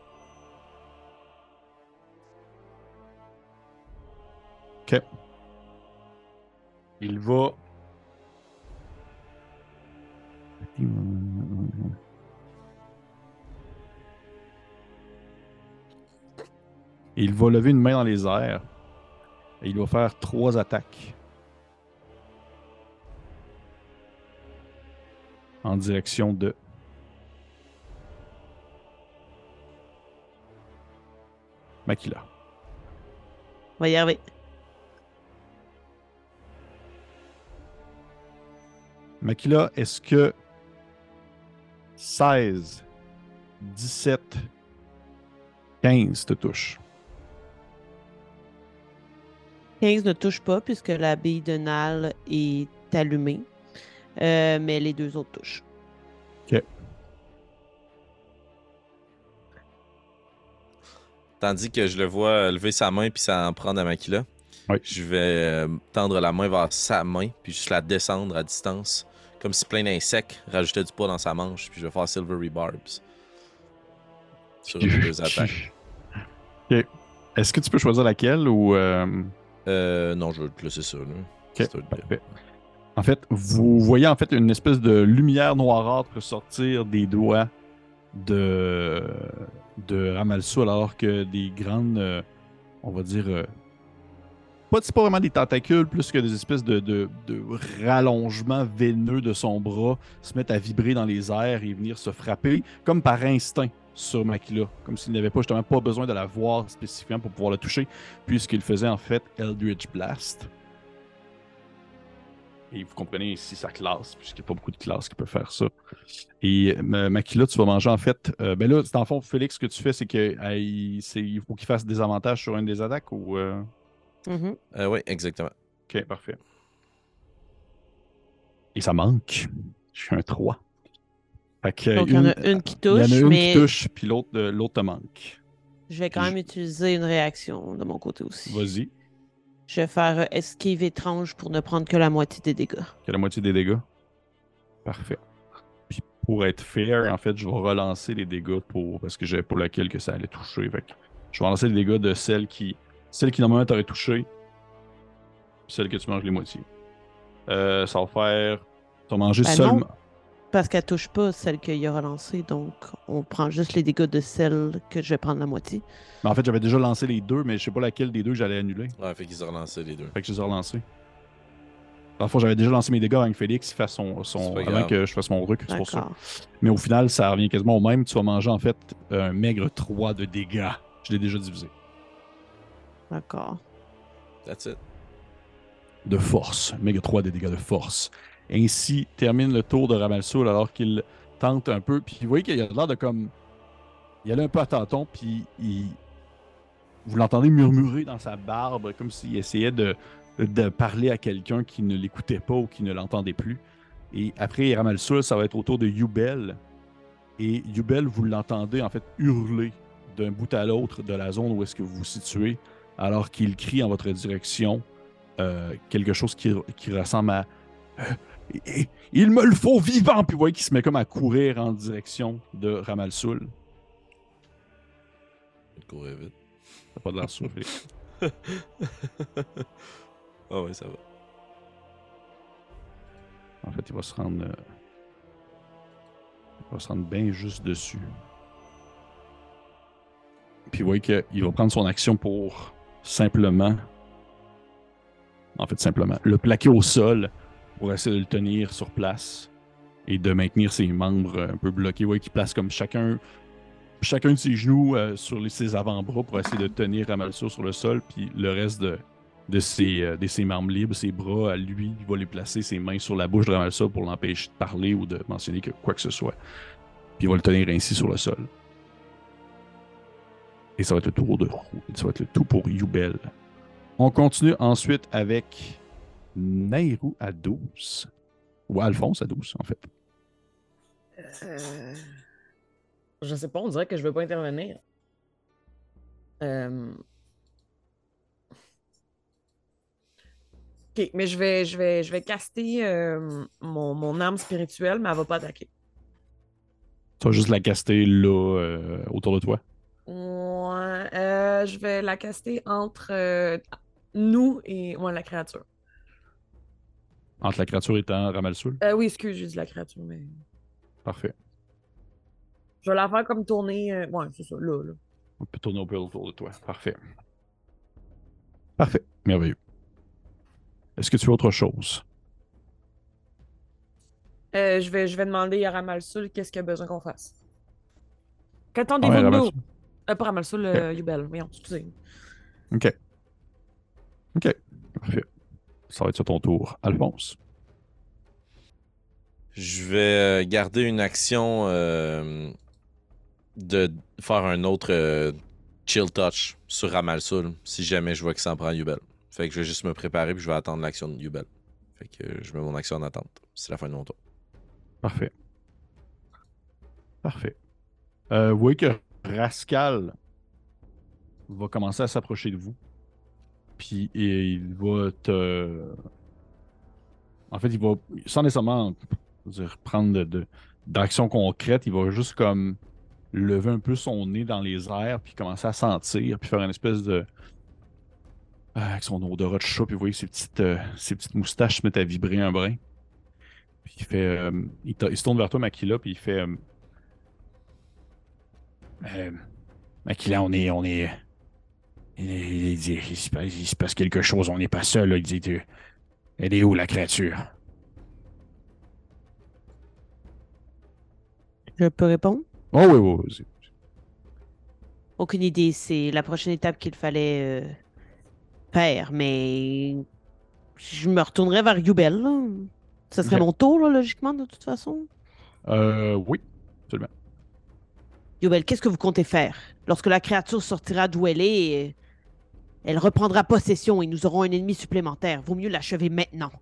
Ok. Il va... Il va lever une main dans les airs et il va faire trois attaques en direction de Makila. On va y arriver. Makila, est-ce que seize, dix-sept, quinze te touchent? quinze ne touche pas puisque la bille de Nal est allumée. Euh, mais les deux autres touchent. OK. Tandis que je le vois lever sa main puis s'en prendre à Makila. Oui. Je vais euh, tendre la main vers sa main puis juste la descendre à distance. Comme si plein d'insectes rajoutaient du poids dans sa manche. Puis je vais faire Silvery Barbs. Sur les deux attaques. OK. Est-ce que tu peux choisir laquelle ou... Euh... Euh, non, je vais te laisser ça. Là. OK, parfait. En fait, vous voyez en fait une espèce de lumière noirâtre sortir des doigts de, de Ramalsul, alors que des grandes, euh, on va dire, euh, pas, c'est pas vraiment des tentacules, plus que des espèces de, de, de rallongements veineux de son bras se mettent à vibrer dans les airs et venir se frapper, comme par instinct, sur Makila, comme s'il n'avait pas justement pas besoin de la voir spécifiquement pour pouvoir la toucher, puisqu'il faisait en fait Eldritch Blast. Et vous comprenez ici sa classe, puisqu'il n'y a pas beaucoup de classes qui peuvent faire ça. Et euh, Makila, tu vas manger en fait. Euh, ben là, dans le fond, Félix, ce que tu fais, c'est qu'il il faut qu'il fasse des avantages sur une des attaques ou. Euh... Mm-hmm. Euh, oui, exactement. Ok, parfait. Et ça manque. Je suis un trois. Fait que, Donc, il y en a une qui touche. Il y en a une mais... qui touche, puis l'autre l'autre te manque. Je vais quand même je... utiliser une réaction de mon côté aussi. Vas-y. Je vais faire esquive étrange pour ne prendre que la moitié des dégâts. Que la moitié des dégâts. Parfait. Puis pour être fair, en fait, je vais relancer les dégâts pour parce que j'ai pour laquelle que ça allait toucher. Fait que je vais relancer les dégâts de celle qui celle qui normalement t'aurait touché. Celle que tu manges les moitiés. Euh, ça va faire. Tu vas manger ben seulement. Non, parce qu'elle touche pas celle qu'il a relancée, donc on prend juste les dégâts de celle que je vais prendre la moitié. Mais en fait, j'avais déjà lancé les deux, mais je sais pas laquelle des deux que j'allais annuler. Ouais, fait qu'ils ont relancé les deux. Fait que je les ai relancés. Dans le fond, j'avais déjà lancé mes dégâts avant que Félix fasse son. son avant grave. que je fasse mon recul, c'est pour ça. Mais au final, ça revient quasiment au même. Tu vas manger en fait un maigre trois de dégâts. Je l'ai déjà divisé. D'accord. That's it. De force. Maigre trois de dégâts de force. Ainsi termine le tour de Ramalsul alors qu'il tente un peu. Puis vous voyez qu'il a l'air de comme. Il allait un peu à tâtons, puis il. Vous l'entendez murmurer dans sa barbe, comme s'il essayait de, de parler à quelqu'un qui ne l'écoutait pas ou qui ne l'entendait plus. Et après Ramalsul, ça va être au tour de Yubel. Et Yubel, vous l'entendez en fait hurler d'un bout à l'autre de la zone où est-ce que vous vous situez, alors qu'il crie en votre direction euh, quelque chose qui, qui ressemble à euh, « Il me le faut vivant! » Puis vous voyez qu'il se met comme à courir en direction de Ramalsul. Il courait vite. T'as pas de l'air soufflé. Ah oh ouais, ça va. En fait, il va se rendre... Euh... Il va se rendre bien juste dessus. Puis vous voyez qu'il va prendre son action pour simplement... En fait, simplement, le plaquer au sol pour essayer de le tenir sur place et de maintenir ses membres un peu bloqués. Vous voyez qu'il place comme chacun... chacun de ses genoux euh, sur les, ses avant-bras pour essayer de tenir Ramalsul sur le sol, puis le reste de, de, ses, euh, de ses membres libres, ses bras, à lui, il va les placer ses mains sur la bouche de Ramalsul pour l'empêcher de parler ou de mentionner que quoi que ce soit. Puis il va le tenir ainsi sur le sol. Et ça va être le tour de ça va être le tout pour Yubel. On continue ensuite avec Nayru à douze. Ou Alphonse à douze, en fait. Euh... Je sais pas, on dirait que je veux pas intervenir. Euh... Ok, mais je vais, je vais, je vais caster euh, mon, mon arme spirituelle, mais elle va pas attaquer. Tu vas juste la caster là, euh, autour de toi? Ouais, euh, je vais la caster entre euh, nous et ouais, la créature. Entre la créature étant Ramalsul? Euh, oui, excuse, j'ai dit la créature, mais... Parfait. Je vais la faire comme tourner... Euh... Ouais, c'est ça, là, là. On peut tourner un peu autour de toi. Parfait. Parfait. Merveilleux. Est-ce que tu as autre chose? Euh, je, vais, je vais demander à Ramalsul qu'est-ce qu'il a besoin qu'on fasse. Qu'attendez-vous Ouais, de nous? Ramalsul. Euh, pas Ramalsul, Ok. euh, Yubel. Voyons, excusez. OK. OK. Parfait. Ça va être sur ton tour. Alphonse. Je vais garder une action euh, de faire un autre euh, chill touch sur Ramalsul si jamais je vois qu'il s'en prend Yubel. Fait que je vais juste me préparer puis je vais attendre l'action de Yubel. Fait que euh, je mets mon action en attente. C'est la fin de mon tour. Parfait. Parfait. Euh, vous voyez que Rascal va commencer à s'approcher de vous. Puis et il va te. En fait, il va, sans nécessairement dire, prendre de, de- d'action concrète, il va juste comme lever un peu son nez dans les airs, puis commencer à sentir, puis faire une espèce de. Ah, avec son odorat de chat, puis vous voyez ses petites, euh, ses petites moustaches se mettent à vibrer un brin. Puis il fait. euh, il, te- il se tourne vers toi, Makila, puis il fait. euh, Euh, Makila, on est. On est. Il, il dit, il se passe, il se passe quelque chose, on n'est pas seul, là. Il dit, tu- elle est où la créature? Je peux répondre? Oh oui, oui, oui. Aucune idée. C'est la prochaine étape qu'il fallait euh, faire, mais je me retournerai vers Yubel, là. Ce serait Ok. mon tour, là, logiquement, de toute façon. Euh, oui, absolument. Yubel, qu'est-ce que vous comptez faire? Lorsque la créature sortira d'où elle est, euh, elle reprendra possession et nous aurons un ennemi supplémentaire. Vaut mieux l'achever maintenant.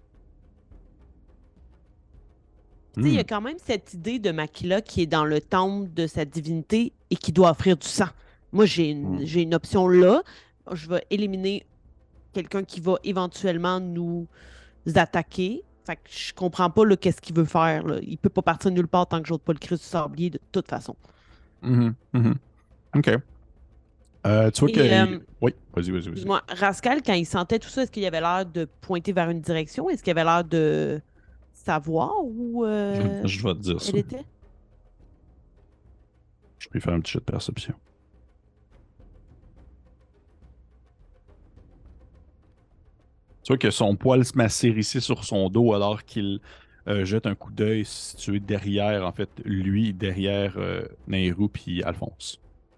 Tu sais, il y a Hmm. quand même cette idée de Makila qui est dans le temple de sa divinité et qui doit offrir du sang. Moi, j'ai une, Hmm. j'ai une option là. Je vais éliminer quelqu'un qui va éventuellement nous attaquer. Fait que je comprends pas là, qu'est-ce qu'il veut faire. Là. Il peut pas partir nulle part tant que j'ôte pas le Christ du sablier de toute façon. Mhm, mhm. OK. Euh, tu vois que. Et euh, Oui, vas-y, vas-y, vas-y. excuse-moi, Rascal, quand il sentait tout ça, est-ce qu'il avait l'air de pointer vers une direction? Est-ce qu'il avait l'air de savoir où Je, euh, je vais te dire ça. elle était? Je peux faire un petit jet de perception. Tu vois que son poil se macère ici sur son dos alors qu'il euh, jette un coup d'œil situé derrière, en fait, lui, derrière euh, Nairou puis Alphonse.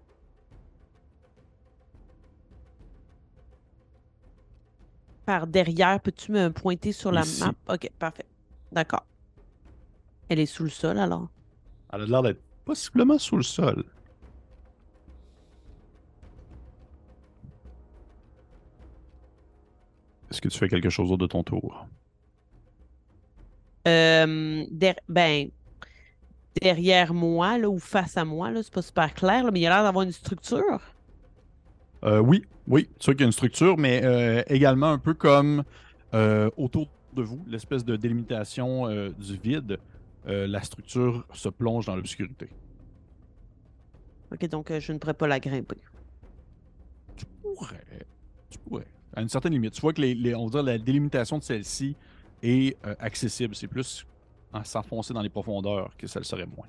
Par derrière, peux-tu me pointer sur la Ici. map? Ok, parfait. D'accord. Elle est sous le sol alors. Elle a l'air d'être possiblement sous le sol. Est-ce que tu fais quelque chose d'autre de ton tour? Euh, der- ben, derrière moi, là, ou face à moi, là, c'est pas super clair, là, mais il a l'air d'avoir une structure. Euh, oui, oui, tu vois qu'il y a une structure, mais euh, également un peu comme euh, autour de vous, l'espèce de délimitation euh, du vide, euh, la structure se plonge dans l'obscurité. Ok, donc euh, je ne pourrais pas la grimper. Tu pourrais, tu pourrais, à une certaine limite. Tu vois que les, les- on va dire la délimitation de celle-ci est euh, accessible. C'est plus en s'enfoncer dans les profondeurs que ça le serait moins.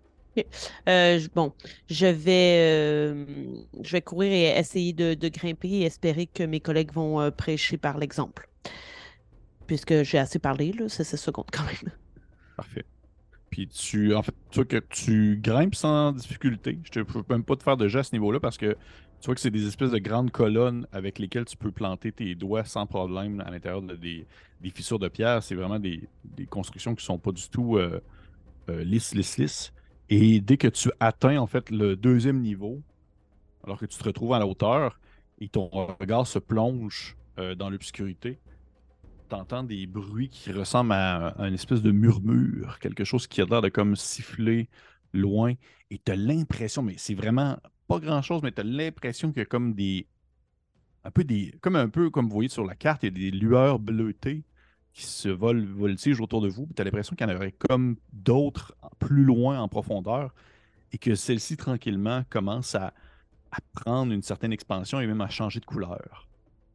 Euh, je- bon, je vais, euh, je vais courir et essayer de, de grimper et espérer que mes collègues vont euh, prêcher par l'exemple. Puisque j'ai assez parlé, là, ça, c'est ça compte quand même. Parfait. Puis tu, en fait, tu vois que tu grimpes sans difficulté. Je ne peux même pas te faire de geste à ce niveau-là parce que tu vois que c'est des espèces de grandes colonnes avec lesquelles tu peux planter tes doigts sans problème à l'intérieur de des, des fissures de pierre. C'est vraiment des, des constructions qui sont pas du tout euh, euh, lisses, lisses, lisses. Et dès que tu atteins en fait le deuxième niveau, alors que tu te retrouves à la hauteur et ton regard se plonge euh, dans l'obscurité, t'entends des bruits qui ressemblent à, à une espèce de murmure, quelque chose qui a l'air de comme siffler loin, et t'as l'impression, mais c'est vraiment pas grand-chose, mais t'as l'impression qu'il y a comme des, un peu des, comme un peu comme vous voyez sur la carte, il y a des lueurs bleutées qui se vol, voltigent autour de vous, puis t'as l'impression qu'il y en aurait comme d'autres plus loin en profondeur, et que celles-ci tranquillement commencent à, à prendre une certaine expansion et même à changer de couleur.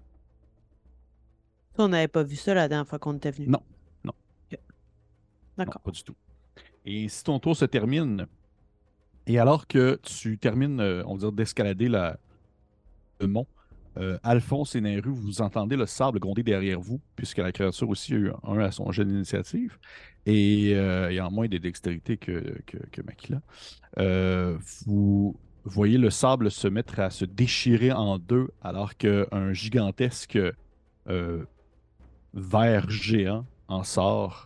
Ça, on n'avait pas vu ça la dernière fois qu'on était venu. Non, non, Ok. non, D'accord. pas du tout. Et si ton tour se termine, et alors que tu termines, euh, on va dire, d'escalader la- le mont, euh, Alphonse et Nairu, vous entendez le sable gronder derrière vous, puisque la créature aussi a eu un à son jeu d'initiative, et euh, ayant moins de dextérité que, que, que Makila. Euh, vous voyez le sable se mettre à se déchirer en deux, alors qu'un gigantesque euh, ver géant en sort,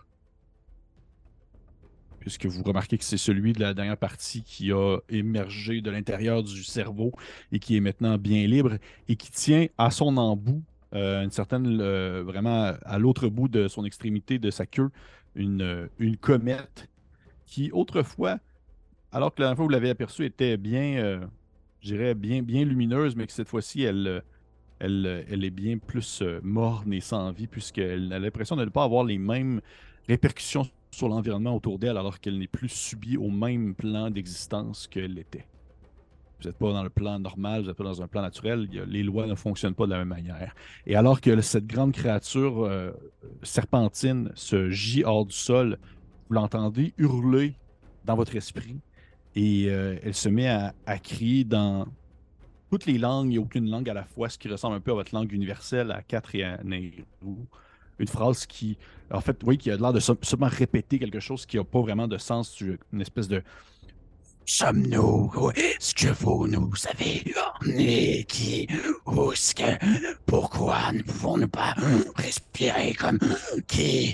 puisque vous remarquez que c'est celui de la dernière partie qui a émergé de l'intérieur du cerveau et qui est maintenant bien libre et qui tient à son embout euh, une certaine, euh, vraiment à l'autre bout de son extrémité de sa queue, une, euh, une comète qui, autrefois, alors que la dernière fois où vous l'avez aperçue, était bien, euh, je dirais, bien, bien lumineuse, mais que cette fois-ci, elle, euh, elle, euh, elle est bien plus euh, morne et sans vie, puisqu'elle a l'impression de ne pas avoir les mêmes répercussions sur l'environnement autour d'elle, alors qu'elle n'est plus subie au même plan d'existence qu'elle l'était. Vous n'êtes pas dans le plan normal, vous n'êtes pas dans un plan naturel, il y a- les lois ne fonctionnent pas de la même manière. Et alors que cette grande créature euh, serpentine se gît hors du sol, vous l'entendez hurler dans votre esprit et euh, elle se met à, à crier dans toutes les langues et aucune langue à la fois, ce qui ressemble un peu à votre langue universelle, à quatre et à Nehru. Une phrase qui, en fait, oui, qui a l'air de som- seulement répéter quelque chose qui n'a pas vraiment de sens, une espèce de sommes-nous? Où est-ce que vous nous avez emmenés? Qui? Où est-ce que? Pourquoi ne pouvons-nous pas respirer comme qui?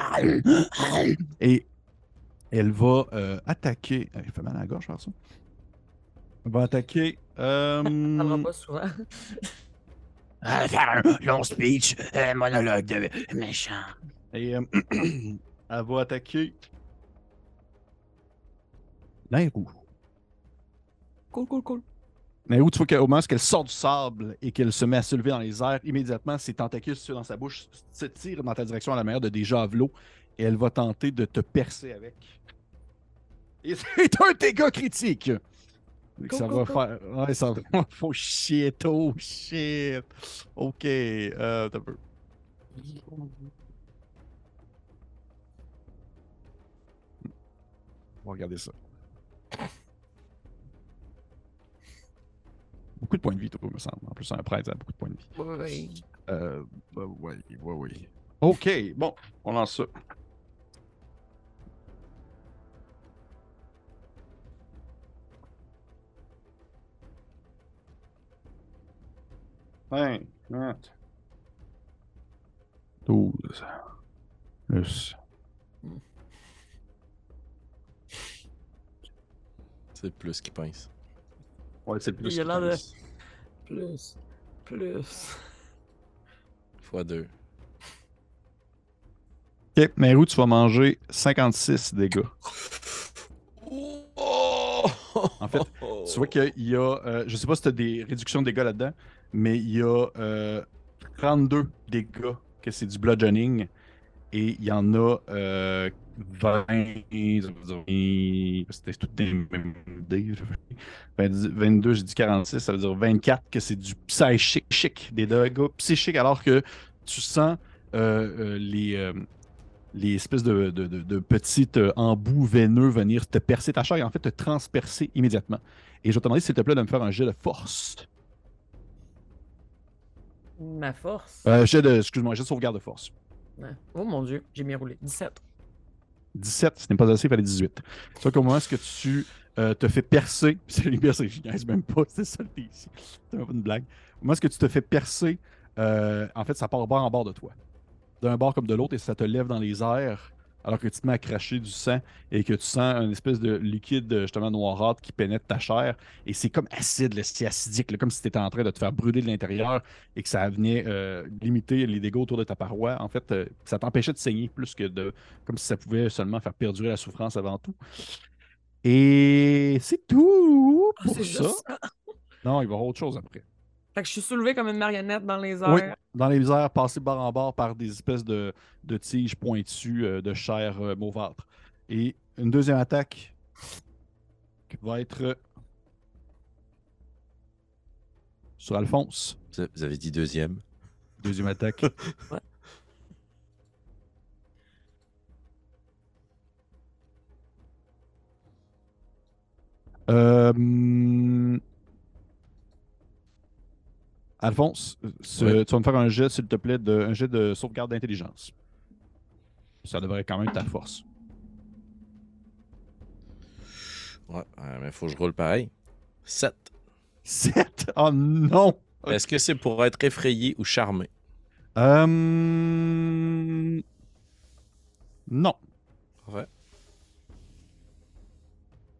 Et elle va euh, attaquer. Elle fait mal à la gorge, faire ça. Elle va attaquer. Ça ne parlera Euh... pas souvent. euh, faire un long speech, un monologue de méchant. Et euh, elle va attaquer. Nairou. Cool, cool, cool. Mais où tu vois qu'au moment où elle sort du sable et qu'elle se met à se lever dans les airs, immédiatement, ses tentacules situés dans sa bouche se tirent dans ta direction à la manière de des javelots et elle va tenter de te percer avec. Et c'est un dégât critique! Go, Ça go, va go. faire. Ouais, ça va. Oh shit, oh shit. Ok, euh, t'as peu. On va regarder ça. Beaucoup de points de vie, toi, me semble. En plus, un prêtre, ça a beaucoup de points de vie. Oui, oui. Euh, bah, ouais, ouais, ouais. Ok, bon, on lance ça. cinq, huit, douze, plus. C'est le plus qui pince. Ouais, c'est le plus. Il a qui l'air de- pince. Plus. Plus. Fois deux. Ok, Meru, tu vas manger cinquante-six dégâts. En fait, tu vois qu'il y a. Euh, je sais pas si tu as des réductions de dégâts là-dedans, mais il y a euh, trente-deux dégâts que c'est du bludgeoning. Et il y en a euh, vingt. Ça veut dire- C'était tout des mêmes dés. vingt- vingt-deux, j'ai dit quarante-six, ça veut dire vingt-quatre que c'est du psychique, chic, des dégâts psychiques, alors que tu sens euh, euh, les, euh, les espèces de, de, de, de petites euh, embouts veineux venir te percer ta chair et en fait te transpercer immédiatement. Et je vais te demander, s'il te plaît, de me faire un jet de force. Ma force. Euh, jet de, excuse-moi, un jet de sauvegarde de force. Ouais. Oh mon dieu, j'ai bien roulé. dix-sept. dix-sept, ce n'est pas assez, il fallait dix-huit. Tu vois qu'au moment où tu euh, te fais percer, c'est les percer, je niaise même pas, c'est ça le thé ici. C'est même pas une blague. Au moment où tu te fais percer, euh, en fait, ça part bord en bord de toi. D'un bord comme de l'autre, et ça te lève dans les airs, alors que tu te mets à cracher du sang et que tu sens une espèce de liquide, justement, noirâtre qui pénètre ta chair. Et c'est comme acide, là, c'est acidique, là, comme si tu étais en train de te faire brûler de l'intérieur et que ça venait euh, limiter les dégâts autour de ta paroi. En fait, euh, ça t'empêchait de saigner plus que de. Comme si ça pouvait seulement faire perdurer la souffrance avant tout. Et c'est tout Ah, pour c'est ça. juste ça. Non, il va y avoir autre chose après. Fait que je suis soulevée comme une marionnette dans les Oui, airs. dans les airs, passés bord en bord par des espèces de, de tiges pointues euh, de chair euh, mauvâtre. Et une deuxième attaque qui va être euh, sur Alphonse. Vous vous avez dit deuxième. Deuxième attaque. Ouais. Euh, hum, Alphonse, ce- Ouais. tu vas me faire un jet, s'il te plaît, de, un jet de sauvegarde d'intelligence. Ça devrait quand même être ta force. Ouais, euh, mais faut que je roule pareil. sept. sept? Oh non! Est-ce que c'est pour être effrayé ou charmé? Hum, Non. Ouais.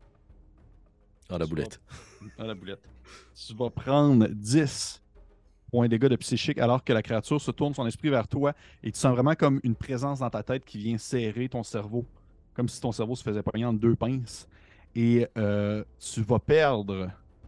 Ah, la boulette. À la boulette. Tu vas prendre dix points de dégâts de psychique alors que la créature se tourne son esprit vers toi et tu sens vraiment comme une présence dans ta tête qui vient serrer ton cerveau, comme si ton cerveau se faisait pogner entre deux pinces. Et euh, tu vas perdre.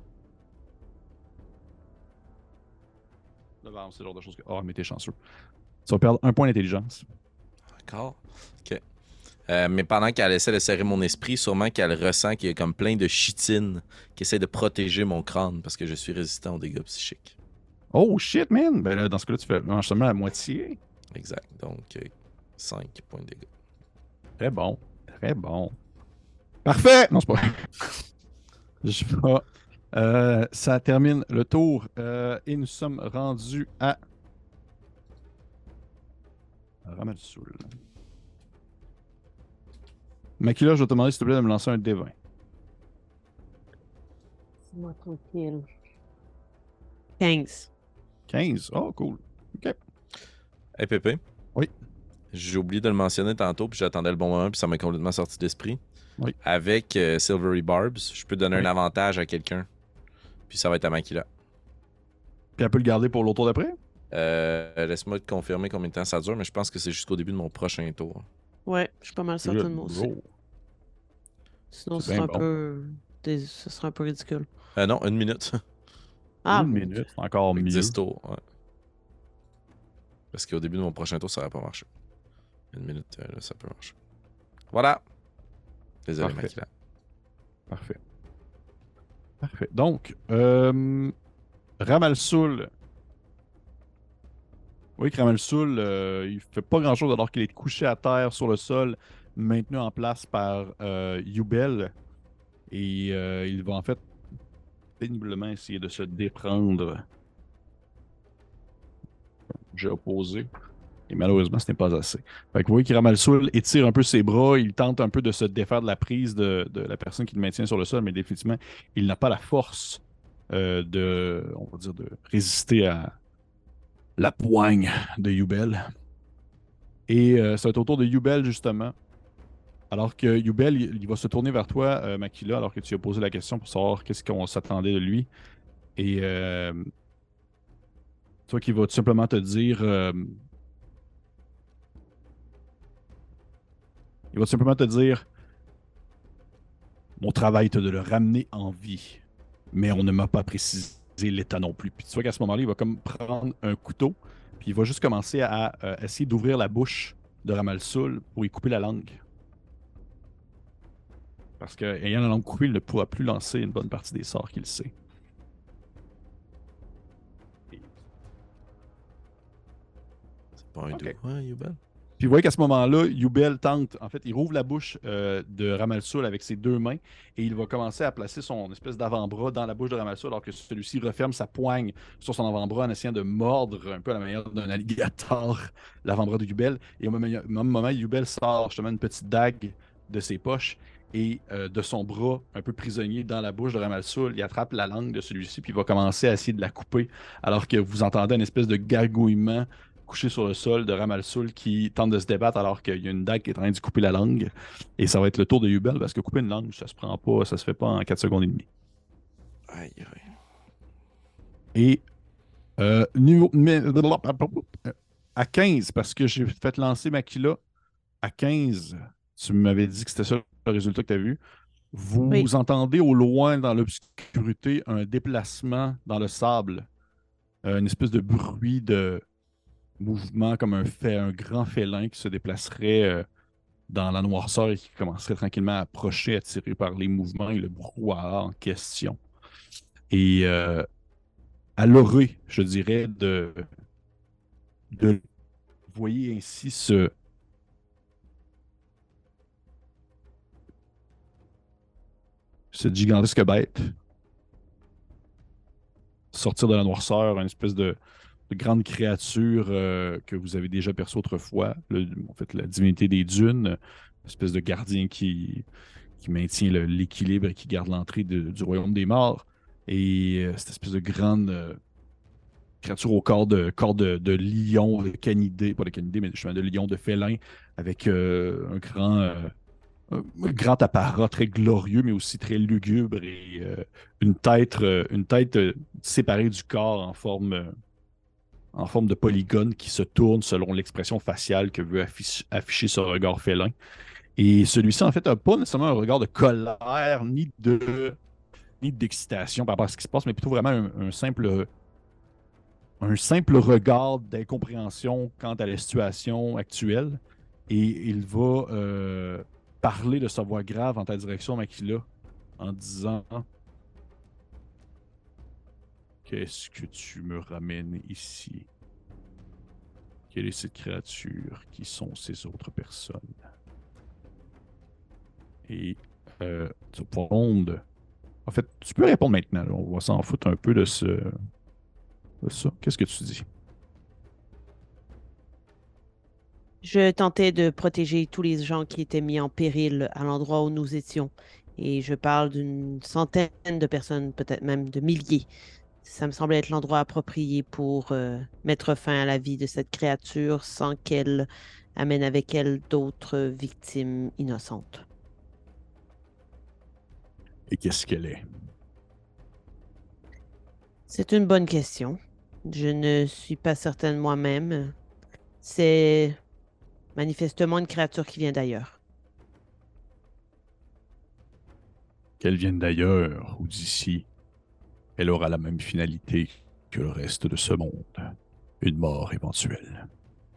Là, c'est le genre de choses que. Oh, mais t'es chanceux. Tu vas perdre un point d'intelligence. D'accord. OK. Euh, mais pendant qu'elle essaie de serrer mon esprit, sûrement qu'elle ressent qu'il y a comme plein de chitine qui essaie de protéger mon crâne parce que je suis résistant aux dégâts psychiques. Oh shit, man! Ben là, dans ce cas-là, tu fais seulement la moitié. Exact. Donc, euh, cinq points de dégâts. Très bon. Très bon. Parfait! Non, c'est pas vrai. Je vais. Euh, ça termine le tour euh, et nous sommes rendus à. Ramalsoul. Makila, je vais te demander s'il te plaît de me lancer un D vingt. Moi tranquille. quinze. quinze. Oh, cool. OK. Hey, Pépé. Oui. J'ai oublié de le mentionner tantôt, puis j'attendais le bon moment, puis ça m'a complètement sorti d'esprit. Oui. Avec euh, Silvery Barbs, je peux donner Oui. un avantage à quelqu'un. Puis ça va être à Makila. Puis elle peut le garder pour l'autre tour d'après? Euh, Laisse-moi te confirmer combien de temps ça dure, mais je pense que c'est jusqu'au début de mon prochain tour. Ouais, je suis pas mal certaine, moi aussi. Bro. Sinon, C'est ce sera bien un bon. peu. des- Ce sera un peu ridicule. Euh, non, une minute. Ah, Une bon. minute, c'est encore Avec mieux. dix tours, ouais. Parce qu'au début de mon prochain tour, ça va pas marcher. Une minute, euh, là, ça peut marcher. Voilà. Désolé, Parfait. Makila. Parfait. Parfait. Donc, euh, Ramalsoul. Oui, que Ramalsoul, euh, il fait pas grand-chose alors qu'il est couché à terre sur le sol, maintenu en place par euh, Yubel. Et euh, il va en fait péniblement essayer de se déprendre. J'ai opposé. Et malheureusement, ce n'est pas assez. Fait que vous voyez que Ramalsoul étire un peu ses bras, il tente un peu de se défaire de la prise de, de la personne qui le maintient sur le sol, mais définitivement, il n'a pas la force euh, de, on va dire, de résister à la poigne de Yubel. Et euh, ça va être au tour de Yubel, justement. Alors que Yubel, il, il va se tourner vers toi, euh, Makila, alors que tu as posé la question pour savoir qu'est-ce qu'on s'attendait de lui. Et euh, toi qui va tout simplement te dire... euh, il va tout simplement te dire mon travail était de le ramener en vie, mais on ne m'a pas précisé l'état non plus. Puis tu vois qu'à ce moment-là, il va comme prendre un couteau, puis il va juste commencer à euh, essayer d'ouvrir la bouche de Ramalsoul pour y couper la langue. Parce qu'ayant la langue coupée, il ne pourra plus lancer une bonne partie des sorts qu'il sait. C'est pas un Ok. deux. Ouais, Yubel. Puis vous voyez qu'à ce moment-là, Yubel tente, en fait, il rouvre la bouche euh, de Ramalsoul avec ses deux mains et il va commencer à placer son espèce d'avant-bras dans la bouche de Ramalsoul alors que celui-ci referme sa poigne sur son avant-bras en essayant de mordre un peu à la manière d'un alligator l'avant-bras de Yubel. Et au même, au même moment, Yubel sort justement une petite dague de ses poches et euh, de son bras un peu prisonnier dans la bouche de Ramalsoul, il attrape la langue de celui-ci puis il va commencer à essayer de la couper alors que vous entendez une espèce de gargouillement couché sur le sol de Ramalsoul qui tente de se débattre alors qu'il y a une dague qui est en train de couper la langue. Et ça va être le tour de Yubel parce que couper une langue, ça se prend pas, ça se fait pas en quatre secondes et demie. Aïe, aïe. Et euh, niveau, mais, à quinze, parce que j'ai fait lancer Makila, à quinze, tu m'avais dit que c'était ça le résultat que tu as vu. Vous Oui. entendez au loin, dans l'obscurité, un déplacement dans le sable. Euh, une espèce de bruit de mouvement comme un, fait, un grand félin qui se déplacerait euh, dans la noirceur et qui commencerait tranquillement à approcher, attiré par les mouvements et le brouhaha en question. Et euh, à l'orée, je dirais, de, de vous voyez ainsi ce cette gigantesque bête sortir de la noirceur, une espèce de, de grande créature euh, que vous avez déjà perçue autrefois, le, en fait la divinité des dunes, une espèce de gardien qui, qui maintient le- l'équilibre et qui garde l'entrée de- du royaume des morts. Et euh, cette espèce de grande euh, créature au corps de, corps de, de lion, de canidé, pas de canidé, mais justement de lion, de félin, avec euh, un grand, euh, un grand apparat très glorieux, mais aussi très lugubre et euh, une tête, euh, une tête euh, séparée du corps en forme, euh, en forme de polygone qui se tourne selon l'expression faciale que veut afficher, afficher ce regard félin. Et celui-ci, en fait, n'a pas nécessairement un regard de colère ni de ni d'excitation par rapport à ce qui se passe, mais plutôt vraiment un, un simple un simple regard d'incompréhension quant à la situation actuelle. Et il va euh, parler de sa voix grave en ta direction, Makila, en disant « Qu'est-ce que tu me ramènes ici? Quelle est cette créature? Qui sont ces autres personnes? » Et euh, tu vas pouvoir répondre. En fait, tu peux répondre maintenant. Là. On va s'en foutre un peu de, ce... de ça. Qu'est-ce que tu dis? Je tentais de protéger tous les gens qui étaient mis en péril à l'endroit où nous étions. Et je parle d'une centaine de personnes, peut-être même de milliers. Ça me semblait être l'endroit approprié pour euh, mettre fin à la vie de cette créature sans qu'elle amène avec elle d'autres victimes innocentes. Et qu'est-ce qu'elle est? C'est une bonne question. Je ne suis pas certaine moi-même. C'est manifestement une créature qui vient d'ailleurs. Qu'elle vienne d'ailleurs ou d'ici, elle aura la même finalité que le reste de ce monde. Une mort éventuelle.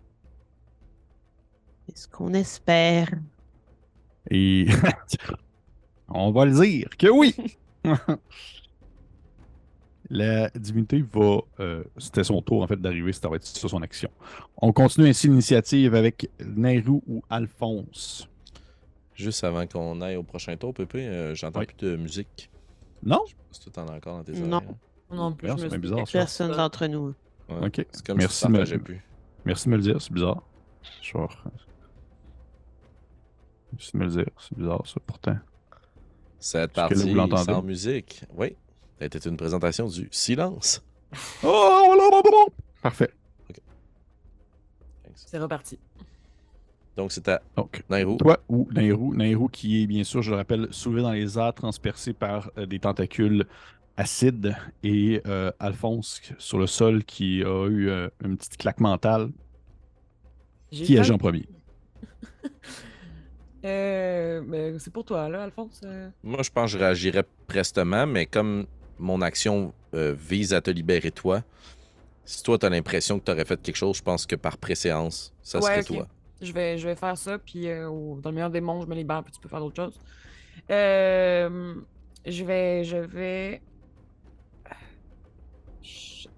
C'est ce qu'on espère. Et on va le dire que oui! La divinité va... Euh, c'était son tour, en fait, d'arriver. Ça va être ça, son action. On continue ainsi l'initiative avec Nairu ou Alphonse. Juste avant qu'on aille au prochain tour, Pépé, euh, j'entends Oui. plus de musique. Non? Je sais pas si tu t'en as encore dans tes Non. oreilles. hein. Non plus, Merde, je c'est me bien suis bizarre, dit ça. Personne d'entre nous. Ouais. Ok. C'est comme Merci si tu de me- partageais plus. Merci de me le dire, c'est bizarre. Genre... Merci de me le dire, c'est bizarre, ça, pourtant. Cette Est-ce que là, vous partie l'entendez? sans musique, oui, c'était une présentation du silence. Oh! Parfait. C'est reparti. Donc, c'est à Donc, Nairou. toi ou Nairu, Nairu qui est bien sûr, je le rappelle, soulevé dans les airs, transpercé par euh, des tentacules acides, et euh, Alphonse sur le sol qui a eu euh, une petite claque mentale. J'ai Qui eu le agit temps- en premier? Euh, ben, c'est pour toi, là, Alphonse. euh. Moi, je pense que je réagirais prestement, mais comme mon action euh, vise à te libérer toi, si toi, tu as l'impression que tu aurais fait quelque chose, je pense que par préséance, ça Ouais, serait ok. toi. Je vais, je vais faire ça, puis euh, au- dans le meilleur des mondes, je me libère, puis tu peux faire d'autres choses. Euh, je vais... Je vais... Shit.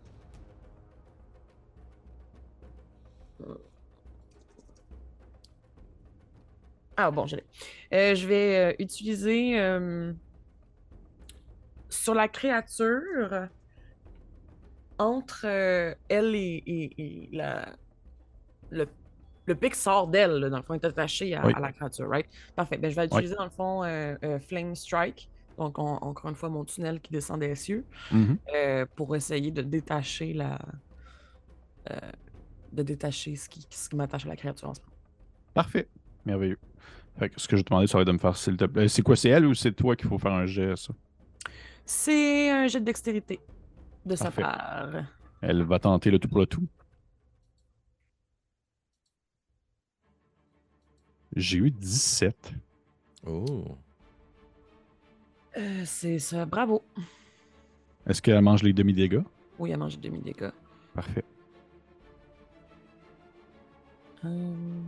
Ah bon, je l'ai. Euh, je vais euh, utiliser euh, sur la créature entre euh, elle et, et- et la, le, le pic sort d'elle, là, dans le fond, est attaché à, Oui. à la créature, right? Parfait. Ben, je vais Oui. utiliser dans le fond euh, euh, Flame Strike, donc on- encore une fois mon tunnel qui descend des cieux, Mhm. euh, pour essayer de détacher la. euh, de détacher ce qui, ce qui m'attache à la créature en ce moment. Parfait. Merveilleux. Fait que ce que je vais te demander, ça va être de me faire, s'il te plaît. C'est quoi, c'est elle ou c'est toi qu'il faut faire un jet, ça? C'est un jet de dextérité de sa Parfait. part. Elle va tenter le tout pour le tout. J'ai eu dix-sept. Oh. Euh, c'est ça. Bravo. Est-ce qu'elle mange les demi-dégâts? Oui, elle mange demi-dégâts. Parfait. Hum.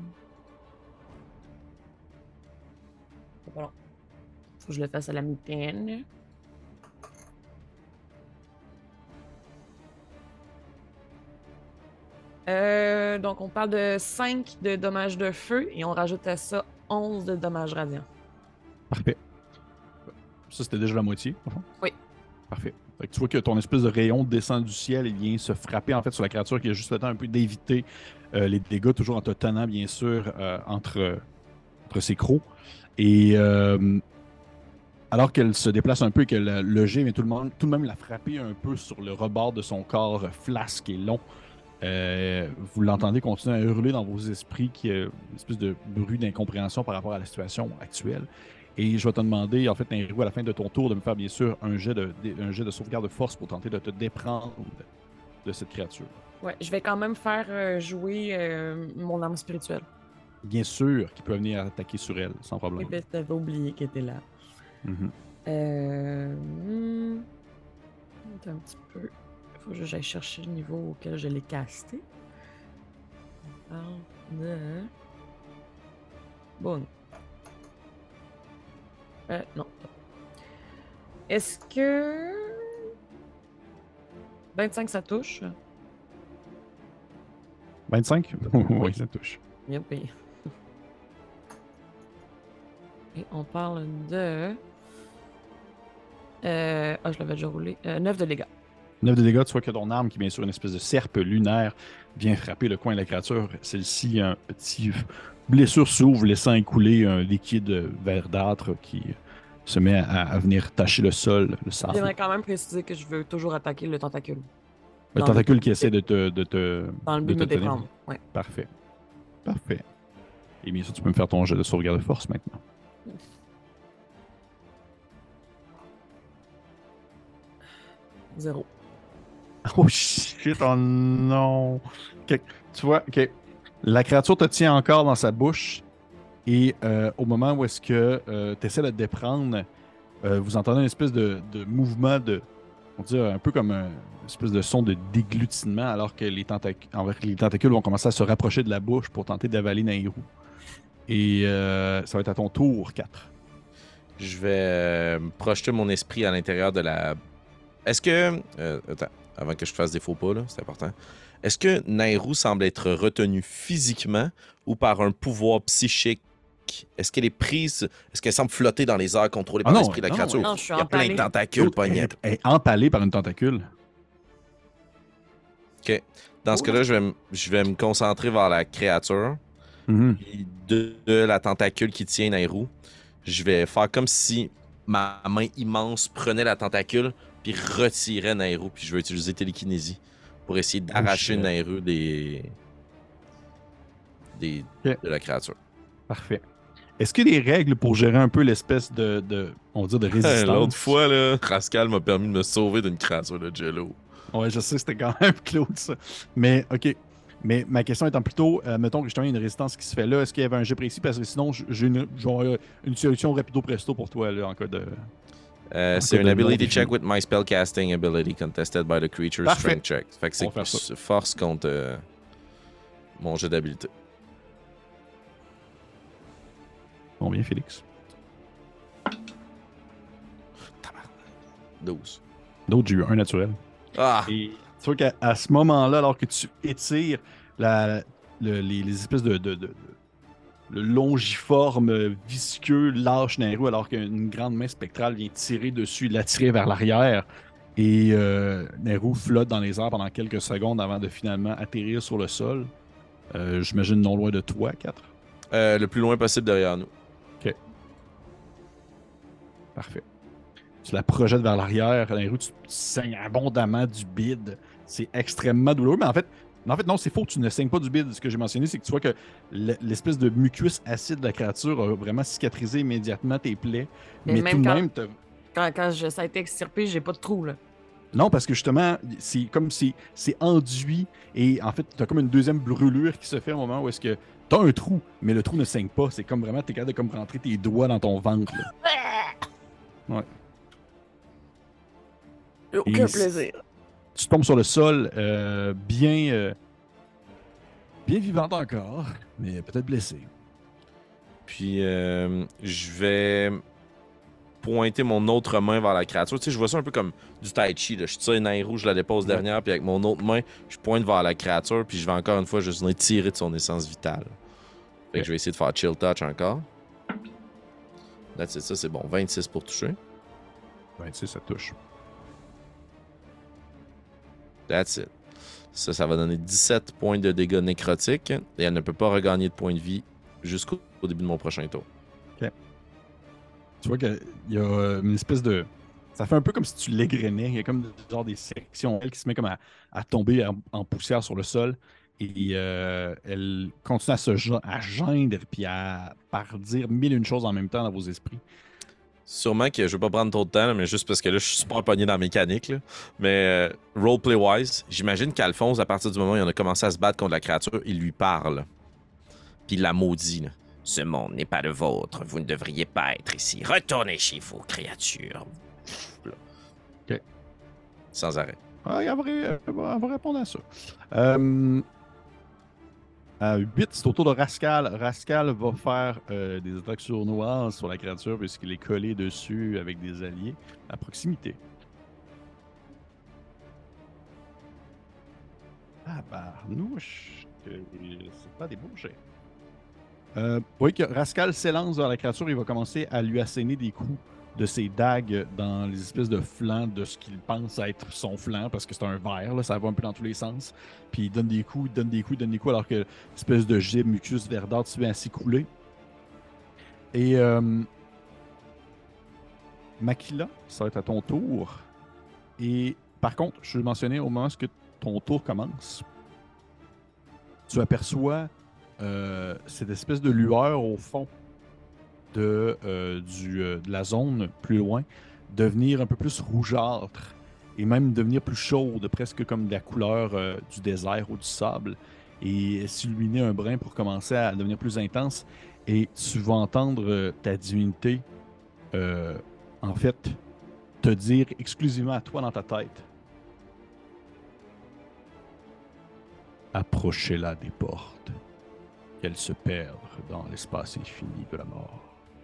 C'est pas long. Faut que je le fasse à la mitaine. Euh, donc, on parle de cinq de dommages de feu et on rajoute à ça onze de dommages radiants. Parfait. Ça, c'était déjà la moitié, au fond? Oui. Parfait. Fait que tu vois que ton espèce de rayon descend du ciel et vient se frapper en fait sur la créature qui a juste le temps un peu d'éviter euh, les dégâts, toujours en te tenant bien sûr euh, entre, entre ses crocs. Et euh, alors qu'elle se déplace un peu et que le, le jet vient tout, le monde, tout de même la frapper un peu sur le rebord de son corps flasque et long, euh, vous l'entendez continuer à hurler dans vos esprits, qui est une espèce de bruit d'incompréhension par rapport à la situation actuelle. Et je vais te demander, en fait, Nairu, à la fin de ton tour, de me faire bien sûr un jet de, un jet de sauvegarde de force pour tenter de te déprendre de cette créature. Ouais, je vais quand même faire euh, jouer euh, mon arme spirituelle. Bien sûr qu'il peut venir attaquer sur elle, sans Oui, problème. ben, t'avais oublié qu'elle était là. Mhm. Euh... hmm, Attends un petit peu. Il faut que j'aille chercher le niveau auquel je l'ai casté. On parle de... Bon. Euh, non. Est-ce que... vingt-cinq, ça touche? vingt-cinq? Oui, ça touche. Youpi. Et on parle de... Euh... Ah, je l'avais déjà roulé. Euh, neuf de dégâts. neuf de dégâts, tu vois que ton arme, qui est bien sûr une espèce de serpe lunaire, vient frapper le coin de la créature. Celle-ci, un petit blessure s'ouvre, laissant écouler un liquide verdâtre qui se met à, à venir tacher le sol, le sable. J'aimerais quand même préciser que je veux toujours attaquer le tentacule. Le Dans tentacule le- qui essaie de te, de te, Dans le de but de te me tenir. déprendre. Ouais. Parfait. Parfait. Et bien sûr, tu peux me faire ton jet de sauvegarde de force maintenant. Zéro. Oh shit, oh non. Ok, tu vois, ok. La créature te tient encore dans sa bouche et euh, au moment où est-ce que tu essaies de te déprendre, euh, vous entendez une espèce de, de mouvement de, on dirait un peu comme un- une espèce de son de déglutinement alors que les, tentac- envers- les tentacules vont commencer à se rapprocher de la bouche pour tenter d'avaler Nairou. Et euh, ça va être à ton tour, quatre. Je vais euh, projeter mon esprit à l'intérieur de la. Est-ce que. euh, attends, avant que je fasse des faux pas, là, c'est important. Est-ce que Nairou semble être retenue physiquement ou par un pouvoir psychique? Est-ce qu'elle est prise? Est-ce qu'elle semble flotter dans les airs contrôlée Ah par non, l'esprit de la non, créature? Non, je suis Il y a plein de empalée. tentacules, Elle pognette. est, elle est empalée par une tentacule. OK. Dans ce cas-là, je vais, me- je vais me concentrer vers la créature. Mhm. Puis de, de la tentacule qui tient Nairou, je vais faire comme si ma main immense prenait la tentacule puis retirait Nairou. Puis je vais utiliser télékinésie pour essayer d'arracher shit. Nairou des... des... Ok. de la créature. Parfait. Est-ce qu'il y a des règles pour gérer un peu l'espèce de, de, on va dire, de résistance? L'autre fois, là, Rascal m'a permis de me sauver d'une créature de Jello. Ouais, je sais, c'était quand même Claude, ça. Mais, OK. Mais ma question étant plutôt, euh, mettons que justement, il y a une résistance qui se fait là. Est-ce qu'il y avait un jeu précis? Parce que sinon, j- j'ai une, j'aurais une solution rapido presto pour toi, là, en cas de... Euh, En c'est cas une de ability non check with my spellcasting ability contested by the creature Parfait. strength check. Fait que On va faire c'est ça. force contre euh, mon jeu d'habilité. Combien, Félix? douze. D'autres, j'ai eu un naturel. Ah! Et tu vois qu'à à ce moment-là, alors que tu étires la, le- les, les espèces de, de, de- de- le longiforme, visqueux, lâche Nairou, alors qu'une grande main spectrale vient tirer dessus, l'attirer vers l'arrière. Et euh, Nairou flotte dans les airs pendant quelques secondes avant de finalement atterrir sur le sol. Euh, J'imagine non loin de toi, quatre. Euh, le plus loin possible derrière nous. Parfait. Tu la projettes vers l'arrière, Nairou, tu, tu saignes abondamment du bide. C'est extrêmement douloureux, mais en fait, en fait non, c'est faux, tu ne saignes pas du bide. Ce que j'ai mentionné, c'est que tu vois que le- l'espèce de mucus acide de la créature a vraiment cicatrisé immédiatement tes plaies. Mais Mais, même tout de quand- même, t'as- Quand, quand je- ça a été extirpé, j'ai pas de trou, là. non, parce que justement, c'est comme si c'est enduit et en fait, tu as comme une deuxième brûlure qui se fait au moment où est-ce que tu as un trou, mais le trou ne saigne pas. C'est comme vraiment, tu es capable de comme rentrer tes doigts dans ton ventre. là. Ouais. Aucun Et plaisir. Tu tombes sur le sol euh, bien, euh, bien vivante encore, mais peut-être blessé. Puis euh, je vais pointer mon autre main vers la créature. Tu sais, je vois ça un peu comme du tai chi. Là. Je tire Nairou, je la dépose Ouais. dernière, puis avec mon autre main, je pointe vers la créature, puis je vais encore une fois juste venir tirer de son essence vitale. Fait Ouais. que je vais essayer de faire chill touch encore. Là, c'est ça, c'est bon. vingt-six pour toucher. Ouais, tu sais, ça touche. That's it. Ça, ça va donner dix-sept points de dégâts nécrotiques et elle ne peut pas regagner de points de vie jusqu'au au début de mon prochain tour. Tu vois qu'il y a euh, une espèce de. Ça fait un peu comme si tu l'égrenais. Il y a comme genre des sections elle, qui se met comme à, à tomber en, en poussière sur le sol. Et euh, elle continue à se ge- à geindre puis à par dire mille et une choses en même temps dans vos esprits. Sûrement que je veux pas prendre trop de temps, là, mais juste parce que là, je suis super pogné dans la mécanique. Là. Mais euh, roleplay-wise, j'imagine qu'Alphonse, à partir du moment où il en a commencé à se battre contre la créature, il lui parle. Puis il la maudit. Là. Ce monde n'est pas le vôtre. Vous ne devriez pas être ici. Retournez chez vos créatures. OK. Sans arrêt. Ah, elle, va, ré- elle va- elle va répondre à ça. Euh, à huit, c'est au tour de Rascal. Rascal va faire euh, des attaques sournoises sur la créature puisqu'il est collé dessus avec des alliés à proximité. Ah, barnouche. euh, C'est pas des beaux jets. Euh, vous voyez que Rascal s'élance vers la créature. Il va commencer à lui asséner des coups de ses dagues dans les espèces de flancs de ce qu'il pense être son flanc, parce que c'est un verre, là, ça va un peu dans tous les sens. Puis il donne des coups, il donne des coups, il donne des coups, alors que l'espèce de gib, mucus verdâtre se met à s'écouler. Et euh, Makila, ça va être à ton tour. Et par contre, je vais mentionner au moment où ton tour commence, tu aperçois euh, cette espèce de lueur au fond de, euh, du, euh, de la zone plus loin devenir un peu plus rougeâtre et même devenir plus chaude, presque comme de la couleur euh, du désert ou du sable, et s'illuminer un brin pour commencer à devenir plus intense. Et tu vas entendre euh, ta divinité, euh, en fait, te dire exclusivement à toi dans ta tête: approchez-la des portes, qu'elle se perde dans l'espace infini de la mort.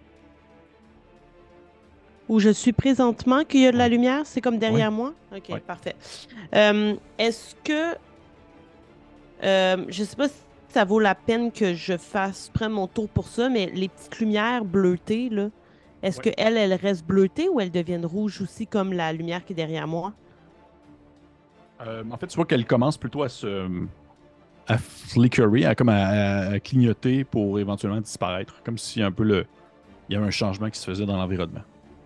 Où je suis présentement, qu'il y a de la Ouais. lumière, c'est comme derrière Ouais. moi? OK, Ouais. parfait. Euh, Est-ce que... euh, je sais pas si ça vaut la peine que je fasse, prenne mon tour pour ça, mais les petites lumières bleutées, là, est-ce Ouais. qu'elles, elles restent bleutées ou elles deviennent rouges aussi comme la lumière qui est derrière moi? Euh, en fait, tu vois qu'elle commence plutôt à se... à flickerer, à, comme à, à clignoter pour éventuellement disparaître, comme si un peu le... il y avait un changement qui se faisait dans l'environnement.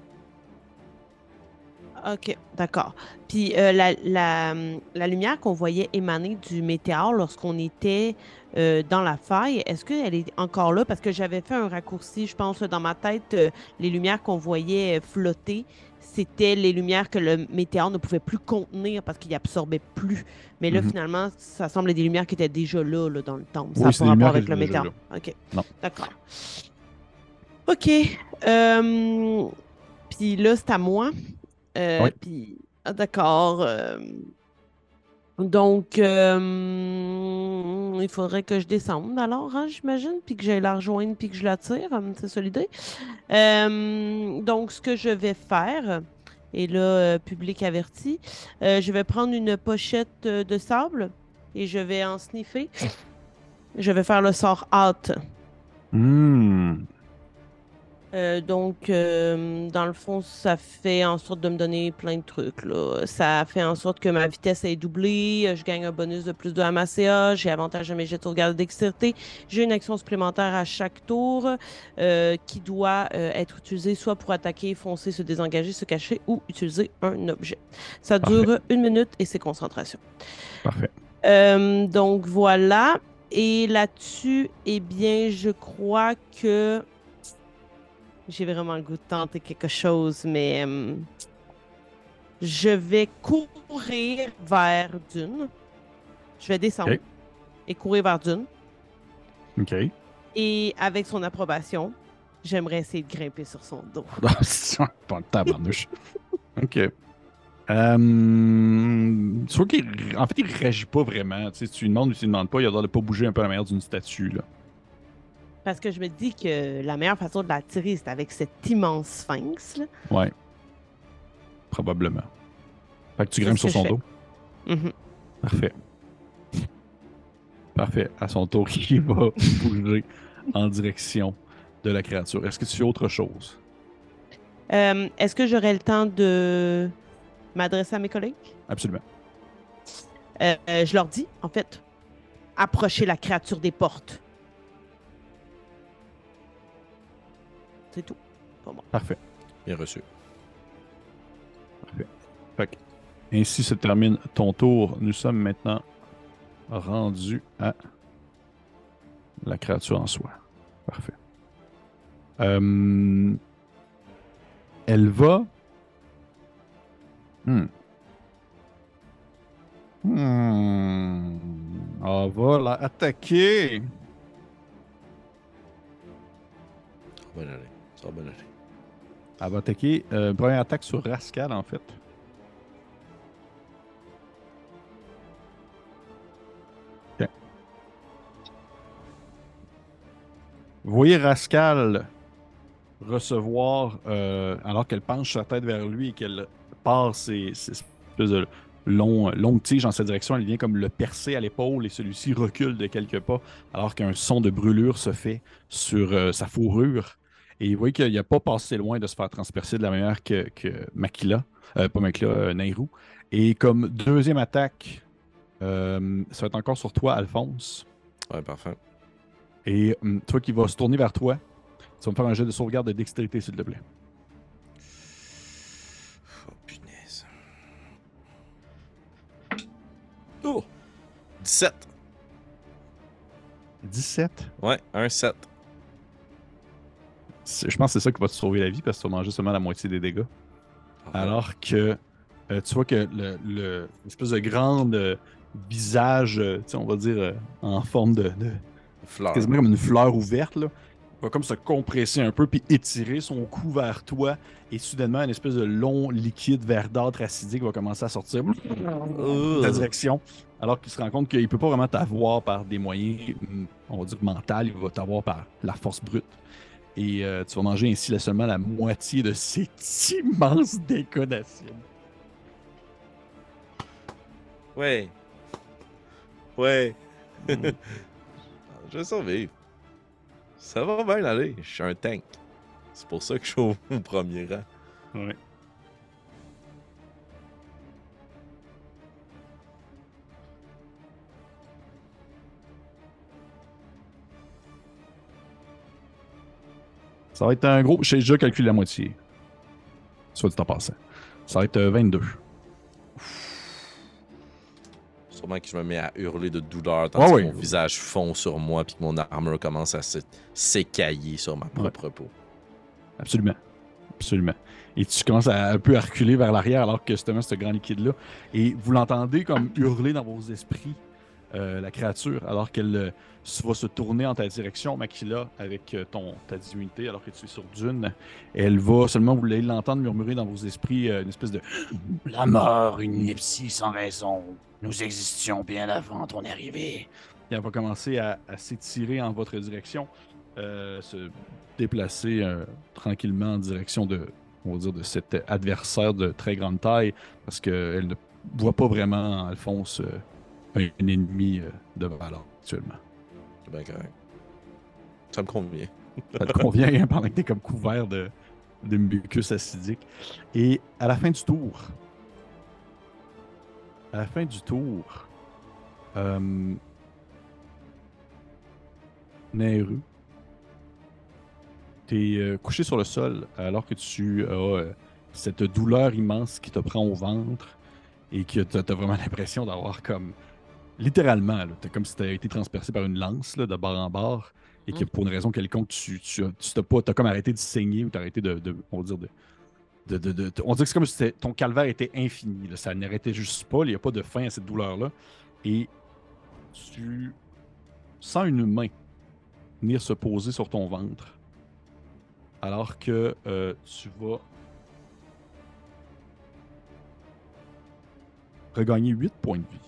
OK, d'accord. Puis euh, la, la, hum, la lumière qu'on voyait émaner du météore lorsqu'on était euh, dans la faille, est-ce qu'elle est encore là? Parce que j'avais fait un raccourci, je pense, dans ma tête, euh, les lumières qu'on voyait euh, flotter, c'était les lumières que le météore ne pouvait plus contenir parce qu'il absorbait plus. Mais là, Mhm. finalement, ça semble être des lumières qui étaient déjà là, là, dans le temps. Ça Oui, n'a c'est pas des rapport lumières qui avec le étaient déjà météore. OK, Non. d'accord. OK. Euh, Puis là, c'est à moi. Euh, Oui. puis, ah, d'accord. euh, donc, euh, il faudrait que je descende alors, hein, j'imagine, puis que j'aille la rejoindre, puis que je la tire. hum, C'est ça l'idée. Euh, donc, ce que je vais faire, et là, euh, public averti, euh, je vais prendre une pochette euh, de sable et je vais en sniffer. Je vais faire le sort hâte. Hmm. Euh, donc, euh, dans le fond, ça fait en sorte de me donner plein de trucs, là. Ça fait en sorte que ma vitesse est doublée, euh, je gagne un bonus de plus deux à ma C A, j'ai avantage à mes jets de sauvegarde de dextérité, j'ai une action supplémentaire à chaque tour euh, qui doit euh, être utilisée soit pour attaquer, foncer, se désengager, se cacher ou utiliser un objet. Ça Parfait. dure une minute et c'est concentration. Parfait. Euh, donc, voilà. Et là-dessus, eh bien, je crois que... J'ai vraiment le goût de tenter quelque chose, mais euh, je vais courir vers Dune. Je vais descendre OK. et courir vers Dune. OK. Et avec son approbation, j'aimerais essayer de grimper sur son dos. C'est pas le tabarnouche. OK. Euh, tu vois qu'il... En fait, il réagit pas vraiment. Tu sais, tu lui demandes ou tu lui demandes pas, il a l'air de pas bouger un peu à la manière d'une statue, là. Parce que je me dis que la meilleure façon de la tirer, c'est avec cet immense sphinx. Là. Ouais. Probablement. Fait que tu C'est grimpes ce sur que son je dos. Mhm. Parfait. Parfait. À son tour, il va bouger en direction de la créature. Est-ce que tu fais autre chose? Euh, Est-ce que j'aurai le temps de m'adresser à mes collègues? Absolument. Euh, euh, je leur dis, en fait, approchez la créature des portes. C'est tout. Pour moi. Parfait. Bien reçu. Parfait. Fait que, ainsi se termine ton tour. Nous sommes maintenant rendus à la créature en soi. Parfait. Euh, Elle va... Hmm. Hmm. Elle va la attaquer. Ça va bien aller. Ça va bien aller. Elle va attaquer. Euh, première attaque sur Rascal, en fait. Ok. Vous voyez Rascal recevoir, euh, alors qu'elle penche sa tête vers lui et qu'elle passe ses, ses espèces de long, longue tige dans sa direction, elle vient comme le percer à l'épaule et celui-ci recule de quelques pas alors qu'un son de brûlure se fait sur euh, sa fourrure. Et vous voyez qu'il n'a pas passé loin de se faire transpercer de la manière que, que Makila, euh, pas Makila, euh, Nairou. Et comme deuxième attaque, euh, ça va être encore sur toi, Alphonse. Ouais, parfait. Et hum, toi qui vas se tourner vers toi, tu vas me faire un jet de sauvegarde de dextérité, s'il te plaît. Oh, punaise. Oh! dix-sept. dix-sept. Ouais, un sept. C'est- Je pense que c'est ça qui va te sauver la vie parce que tu vas manger seulement la moitié des dégâts. Parfait. Alors que euh, tu vois que le, le- l'espèce de grand euh, visage, euh, tu sais, on va dire euh, en forme de, de- Fleur. quasiment comme une fleur ouverte, là, va comme se compresser un peu puis étirer son cou vers toi et soudainement une espèce de long liquide verdâtre acidique va commencer à sortir dans ta Ugh. direction alors qu'il se rend compte qu'il peut pas vraiment t'avoir par des moyens, hum, on va dire mentaux, il va t'avoir par la force brute. Et euh, tu vas manger ainsi là, seulement la moitié de cet immense dégâts d'acide. Ouais. Ouais. Mm. Je vais survivre. Ça va bien aller. Je suis un tank. C'est pour ça que je suis au, au premier rang. Ouais. Ça va être un gros. J'ai déjà calculé la moitié. Soit dit en passant. Ça va être euh, vingt-deux. Sûrement que je me mets à hurler de douleur tandis Ouais, que ouais. mon visage fond sur moi puis que mon armure commence à se- s'écailler sur ma propre peau. Absolument. Absolument. Et tu commences à un peu à reculer vers l'arrière alors que justement ce grand liquide-là. Et vous l'entendez comme hurler dans vos esprits, euh, la créature, alors qu'elle euh, va se tourner en ta direction, Makila, avec euh, ton, ta divinité, alors que tu es sur Dune. Elle va seulement, vous allez l'entendre murmurer dans vos esprits euh, une espèce de La mort, une ineptie sans raison. Nous existions bien avant ton arrivée. Et elle va commencer à, à s'étirer en votre direction, euh, se déplacer euh, tranquillement en direction de, on va dire, de cet adversaire de très grande taille, parce qu'elle ne voit pas vraiment en Alphonse euh, un, un ennemi euh, de valeur actuellement. C'est bien correct. Ça me convient. Ça te convient hein, pendant que tu es comme couvert de, de mucus acidique. Et à la fin du tour, à la fin du tour, euh, Nehru, t'es euh, couché sur le sol alors que tu as euh, cette douleur immense qui te prend au ventre et que tu as vraiment l'impression d'avoir comme, littéralement, là, t'as comme si tu as été transpercé par une lance là, de bord en bord et que Mm. pour une raison quelconque, tu, tu, as- tu t'as pas, t'as comme arrêté de saigner ou t'as arrêté de, de- on va dire, de, de, de- de- on dirait que c'est comme si c'était- ton calvaire était infini. Là, ça n'arrêtait juste pas, il n'y a pas de fin à cette douleur-là. Et tu sens une main venir se poser sur ton ventre alors que euh, tu vas regagner huit points de vie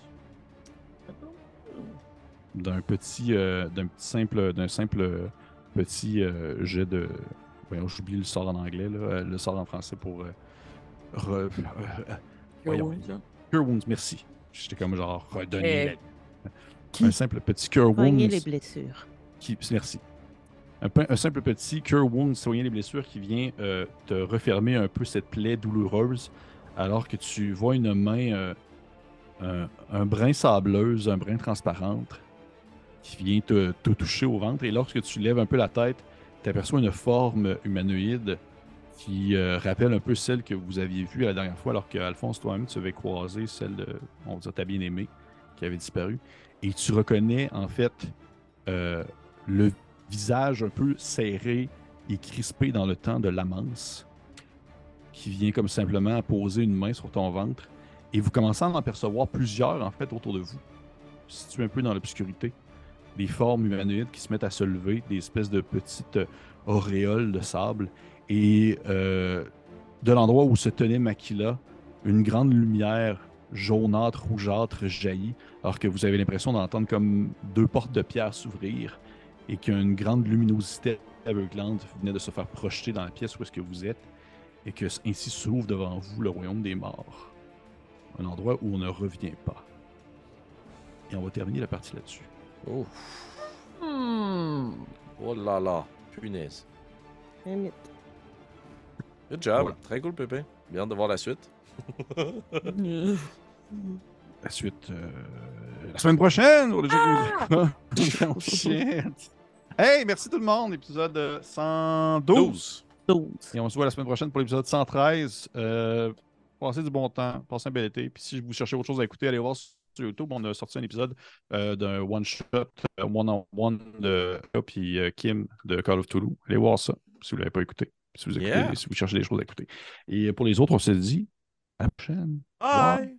d'un petit, euh, d'un petit simple, d'un simple euh, petit euh, jet de. Voyons, j'oublie le sort en anglais, là, euh, le sort en français pour. euh, re- euh, euh, voyons. Cure Wounds, merci. J'étais comme genre redonner Euh, la- qui? un simple petit Cure Soigner Wounds. les blessures. Qui, merci. Un, pe- un simple petit Cure Wounds, soigner les blessures qui vient euh, te refermer un peu cette plaie douloureuse alors que tu vois une main, euh, un, un brin sableuse, un brin transparente qui vient te, te toucher au ventre. Et lorsque tu lèves un peu la tête, tu aperçois une forme humanoïde qui euh, rappelle un peu celle que vous aviez vue la dernière fois alors qu'Alphonse, toi-même, tu avais croisé celle de, on va dire, ta bien-aimée qui avait disparu. Et tu reconnais, en fait, euh, le visage un peu serré et crispé dans le temps de l'amance. qui vient comme simplement poser une main sur ton ventre. Et vous commencez à en apercevoir plusieurs, en fait, autour de vous, situés un peu dans l'obscurité. Des formes humanoïdes qui se mettent à se lever, des espèces de petites euh, auréoles de sable. Et euh, de l'endroit où se tenait Makila, une grande lumière jaunâtre, rougeâtre jaillit, alors que vous avez l'impression d'entendre comme deux portes de pierre s'ouvrir et qu'une grande luminosité aveuglante venait de se faire projeter dans la pièce où est-ce que vous êtes et que ainsi s'ouvre devant vous le royaume des morts. Un endroit où on ne revient pas. Et on va terminer la partie là-dessus. Oh. Hmm. Oh là là, punaise. Limite. Good job. Voilà. Très cool, Pépé. Bien de voir la suite. La suite, euh, la semaine prochaine, pour les gens qui nous écoutent. Oh, shit. Hey, merci tout le monde. Épisode euh, cent douze. douze. douze. Et on se voit la semaine prochaine pour l'épisode cent treize. Euh, passez du bon temps, passez un bel été. Puis si vous cherchez autre chose à écouter, allez voir sur YouTube. On a sorti un épisode euh, d'un one-shot, euh, one-on-one de puis euh, Kim de Call of Toulouse. Allez voir ça si vous ne l'avez pas écouté. Si vous, écoutez, Yeah. si vous cherchez des choses à écouter. Et pour les autres, on se dit à la prochaine. Bye.